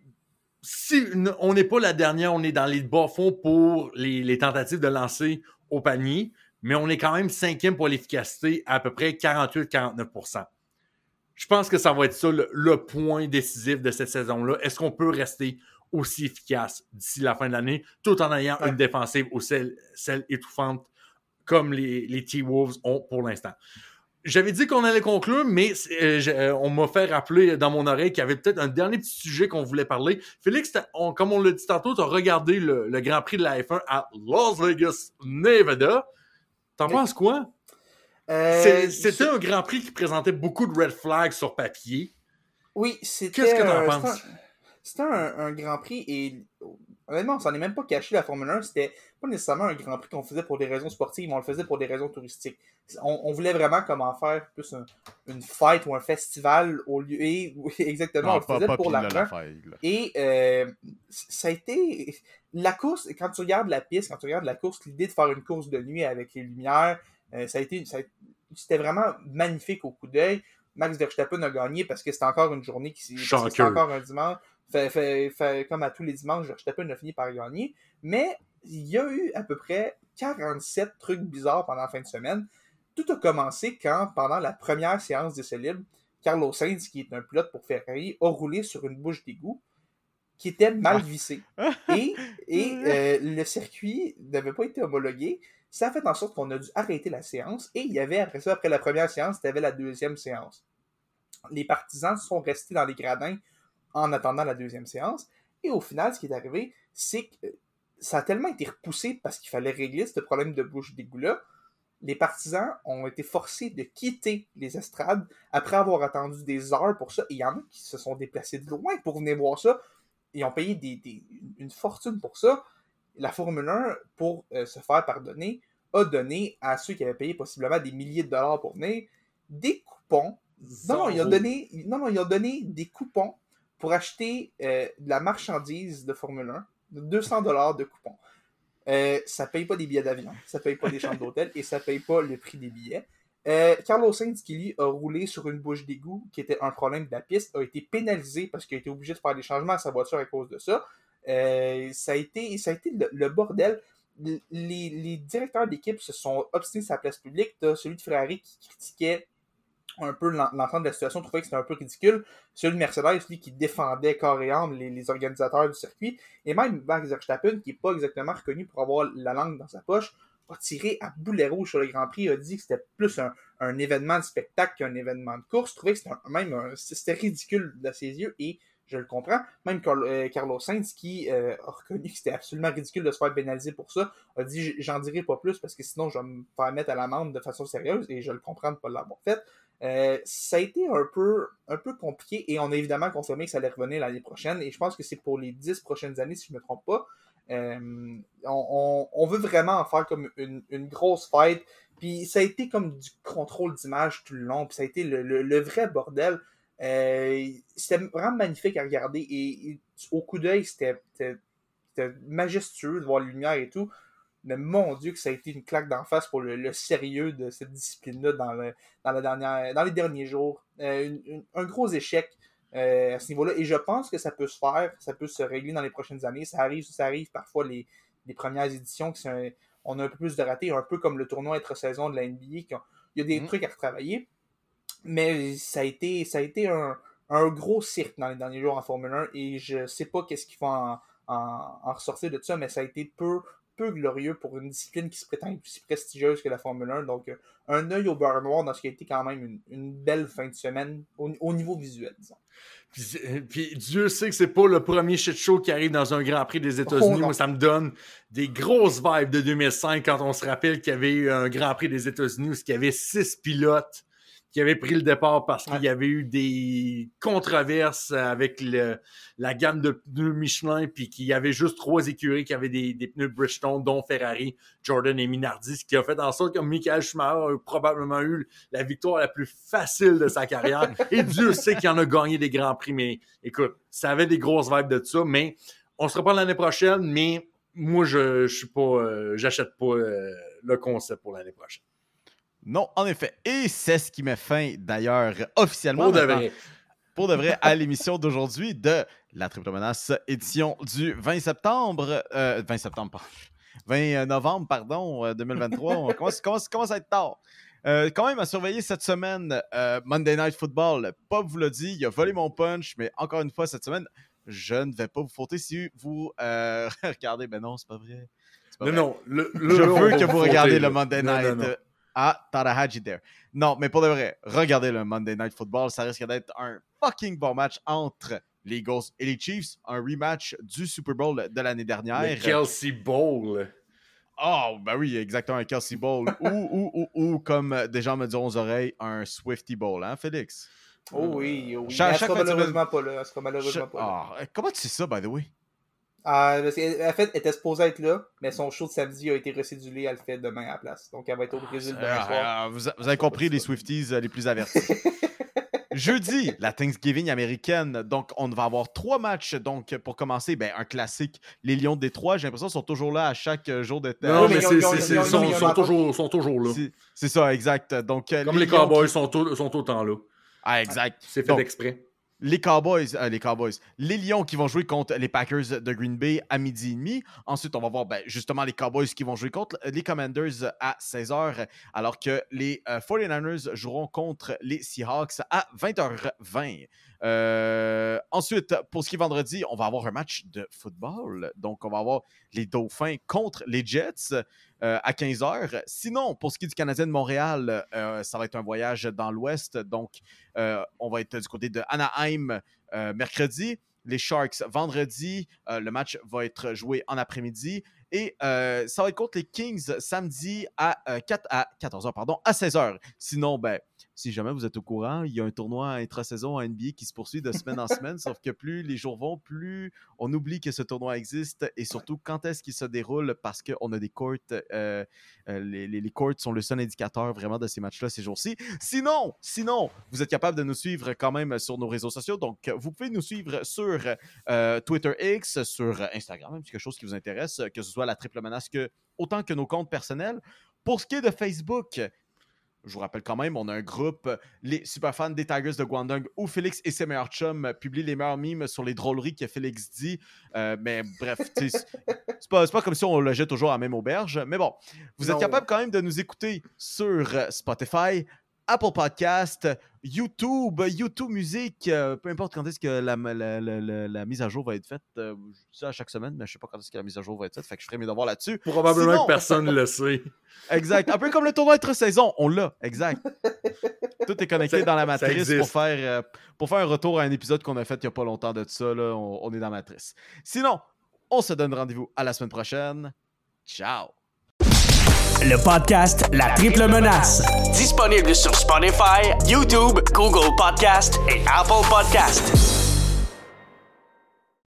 pas la dernière, on est dans les bas-fonds pour les tentatives de lancer au panier, mais on est quand même 5e pour l'efficacité à peu près 48-49%. Je pense que ça va être ça le point décisif de cette saison-là. Est-ce qu'on peut rester aussi efficace d'ici la fin de l'année, tout en ayant une défensive ou celle étouffante comme les T-Wolves ont pour l'instant. J'avais dit qu'on allait conclure, mais on m'a fait rappeler dans mon oreille qu'il y avait peut-être un dernier petit sujet qu'on voulait parler. Félix, comme on l'a dit tantôt, tu as regardé le Grand Prix de la F1 à Las Vegas, Nevada. T'en penses quoi? C'était un Grand Prix qui présentait beaucoup de red flags sur papier. Oui, c'était... Qu'est-ce que t'en penses? C'était un Grand Prix et... Honnêtement, on s'en est même pas caché la Formule 1. C'était pas nécessairement un Grand Prix qu'on faisait pour des raisons sportives, on le faisait pour des raisons touristiques. On voulait vraiment comment faire plus une fête ou un festival au lieu... exactement, on le faisait pour l'argent. Et ça a été... La course, quand tu regardes la piste, quand tu regardes la course, l'idée de faire une course de nuit avec les lumières, c'était vraiment magnifique au coup d'œil. Max Verstappen a gagné parce que c'était encore une journée c'était encore un dimanche. Comme à tous les dimanches, Verstappen a fini par gagner. Mais il y a eu à peu près 47 trucs bizarres pendant la fin de semaine. Tout a commencé quand, pendant la première séance d'essai libre, Carlos Sainz, qui est un pilote pour Ferrari, a roulé sur une bouche d'égout. qui était mal vissé. Et le circuit n'avait pas été homologué. Ça a fait en sorte qu'on a dû arrêter la séance. Et il y avait, après la première séance, il y avait la deuxième séance. Les partisans sont restés dans les gradins en attendant la deuxième séance. Et au final, ce qui est arrivé, c'est que ça a tellement été repoussé parce qu'il fallait régler ce problème de bouche d'égout-là. Les partisans ont été forcés de quitter les estrades après avoir attendu des heures pour ça. Et il y en a qui se sont déplacés de loin pour venir voir ça. Ils ont payé une fortune pour ça. La Formule 1, pour se faire pardonner, a donné à ceux qui avaient payé possiblement des milliers de dollars pour venir des coupons. Ils ont donné des coupons pour acheter de la marchandise de Formule 1, de 200 $ de coupons. Ça ne paye pas des billets d'avion, ça ne paye pas des chambres d'hôtel et ça ne paye pas le prix des billets. Carlos Sainz, qui lui a roulé sur une bouche d'égout qui était un problème de la piste, a été pénalisé parce qu'il a été obligé de faire des changements à sa voiture à cause de ça. Ça a été le bordel. Les directeurs d'équipe se sont obstinés sur la place publique. T'as celui de Ferrari qui critiquait un peu l'ensemble de la situation, trouvait que c'était un peu ridicule. Celui de Mercedes, lui, qui défendait corps et âme les organisateurs du circuit. Et même Max Verstappen, qui n'est pas exactement reconnu pour avoir la langue dans sa poche, a tiré à boulet rouge sur le Grand Prix, a dit que c'était plus un événement de spectacle qu'un événement de course. Trouvait que c'était ridicule à ses yeux et je le comprends. Même Carlos Sainz, qui a reconnu que c'était absolument ridicule de se faire pénaliser pour ça, a dit « J'en dirai pas plus parce que sinon je vais me faire mettre à l'amende de façon sérieuse » et je le comprends de ne pas l'avoir fait. Ça a été un peu compliqué et on a évidemment confirmé que ça allait revenir l'année prochaine et je pense que c'est pour les 10 prochaines années si je ne me trompe pas. On veut vraiment en faire comme une grosse fête, puis ça a été comme du contrôle d'image tout le long, puis ça a été le vrai bordel. C'était vraiment magnifique à regarder et au coup d'œil c'était majestueux de voir les lumières et tout, mais mon Dieu que ça a été une claque d'en face pour le sérieux de cette discipline-là dans les derniers jours. Un gros échec à ce niveau-là, et je pense que ça peut se faire, ça peut se régler dans les prochaines années. Ça arrive parfois les premières éditions on a un peu plus de ratés, un peu comme le tournoi intra-saison de la NBA, il y a des trucs à retravailler, mais ça a été un gros cirque dans les derniers jours en Formule 1 et je sais pas qu'est-ce qu'il faut en ressortir de ça, mais ça a été peu glorieux pour une discipline qui se prétend aussi prestigieuse que la Formule 1. Donc, un œil au beurre noir dans ce qui a été quand même une belle fin de semaine au niveau visuel, disons. Puis Dieu sait que c'est pas le premier shit show qui arrive dans un Grand Prix des États-Unis. Moi, ça me donne des grosses vibes de 2005 quand on se rappelle qu'il y avait eu un Grand Prix des États-Unis où il y avait 6 pilotes qui avaient pris le départ parce qu'il y avait eu des controverses avec la gamme de pneus Michelin, puis qu'il y avait juste 3 écuries qui avaient des pneus Bridgestone, dont Ferrari, Jordan et Minardi, ce qui a fait en sorte que Michael Schumacher a probablement eu la victoire la plus facile de sa carrière. Et Dieu sait qu'il en a gagné des Grands Prix, mais écoute, ça avait des grosses vibes de ça, mais on se reprend l'année prochaine, mais moi, je suis pas, j'achète pas le concept pour l'année prochaine. Non, en effet. Et c'est ce qui met fin, d'ailleurs, officiellement, pour de vrai, à l'émission d'aujourd'hui de la Triple Menace, édition du 20 novembre, 2023. On commence à être tard. Quand même, à surveiller cette semaine, Monday Night Football. Pop vous l'a dit, il a volé mon punch, mais encore une fois, cette semaine, je ne vais pas vous fauter si vous regardez. Ben non, c'est pas vrai. Non, je veux que vous regardiez le Monday Night. Non. Ah, thought I had you there. Non, mais pour de vrai, regardez le Monday Night Football. Ça risque d'être un fucking bon match entre les Eagles et les Chiefs. Un rematch du Super Bowl de l'année dernière. Le Kelsey Bowl. Oh, ben oui, exactement, un Kelsey Bowl. ou, comme des gens me diront aux oreilles, un Swifty Bowl, hein, Félix? Oh oui. Elle sera malheureusement pas là. Comment tu sais ça, by the way? Parce qu'en fait, elle était supposée être là, mais son show de samedi a été recédulé, elle le fait demain à la place. Donc, elle va être au Brésil demain soir. Vous avez compris les Swifties les plus avertis. Jeudi, la Thanksgiving américaine. Donc, on va avoir 3 matchs. Donc, pour commencer, un classique. Les Lions de Détroit, j'ai l'impression qu'ils sont toujours là à chaque jour de temps. Non, mais ils sont toujours là. C'est ça, exact. Donc, comme les Cowboys sont autant là. Ah, exact. C'est fait exprès. les Cowboys, les Lions qui vont jouer contre les Packers de Green Bay à 12h30. Ensuite, on va voir justement les Cowboys qui vont jouer contre les Commanders à 16h, alors que les 49ers joueront contre les Seahawks à 20h20. Ensuite, pour ce qui est vendredi, on va avoir un match de football. Donc, on va avoir les Dauphins contre les Jets à 15h. Sinon, pour ce qui est du Canadien de Montréal, ça va être un voyage dans l'Ouest. Donc, on va être du côté de Anaheim mercredi. Les Sharks vendredi. Le match va être joué en après-midi. Et ça va être contre les Kings samedi à 14h, à 16h. Sinon, si jamais vous êtes au courant, il y a un tournoi intra-saison à NBA qui se poursuit de semaine en semaine, sauf que plus les jours vont, plus on oublie que ce tournoi existe et surtout quand est-ce qu'il se déroule parce qu'on a des courts. Les courts sont le seul indicateur vraiment de ces matchs-là ces jours-ci. Sinon, vous êtes capable de nous suivre quand même sur nos réseaux sociaux. Donc, vous pouvez nous suivre sur Twitter X, sur Instagram, même quelque chose qui vous intéresse, que ce soit la Triple Menace, autant que nos comptes personnels. Pour ce qui est de Facebook, je vous rappelle quand même, on a un groupe, les superfans des Tigers de Guangdong, où Félix et ses meilleurs chums publient les meilleurs memes sur les drôleries que Félix dit. Mais bref, c'est pas comme si on logeait toujours à la même auberge. Mais bon, vous êtes capable quand même de nous écouter sur Spotify, Apple Podcast, YouTube Music, peu importe quand est-ce que la mise à jour va être faite. Je dis ça à chaque semaine, mais je sais pas quand est-ce que la mise à jour va être faite, fait que je ferai mes devoirs là-dessus. Probablement que personne ne le sait. Exact. Un peu comme le tournoi intra-saison, on l'a, exact. Tout est connecté dans la matrice pour faire un retour à un épisode qu'on a fait il n'y a pas longtemps de ça. Là, on est dans la matrice. Sinon, on se donne rendez-vous à la semaine prochaine. Ciao! Le podcast La Triple Menace. Disponible sur Spotify, YouTube, Google Podcast et Apple Podcast.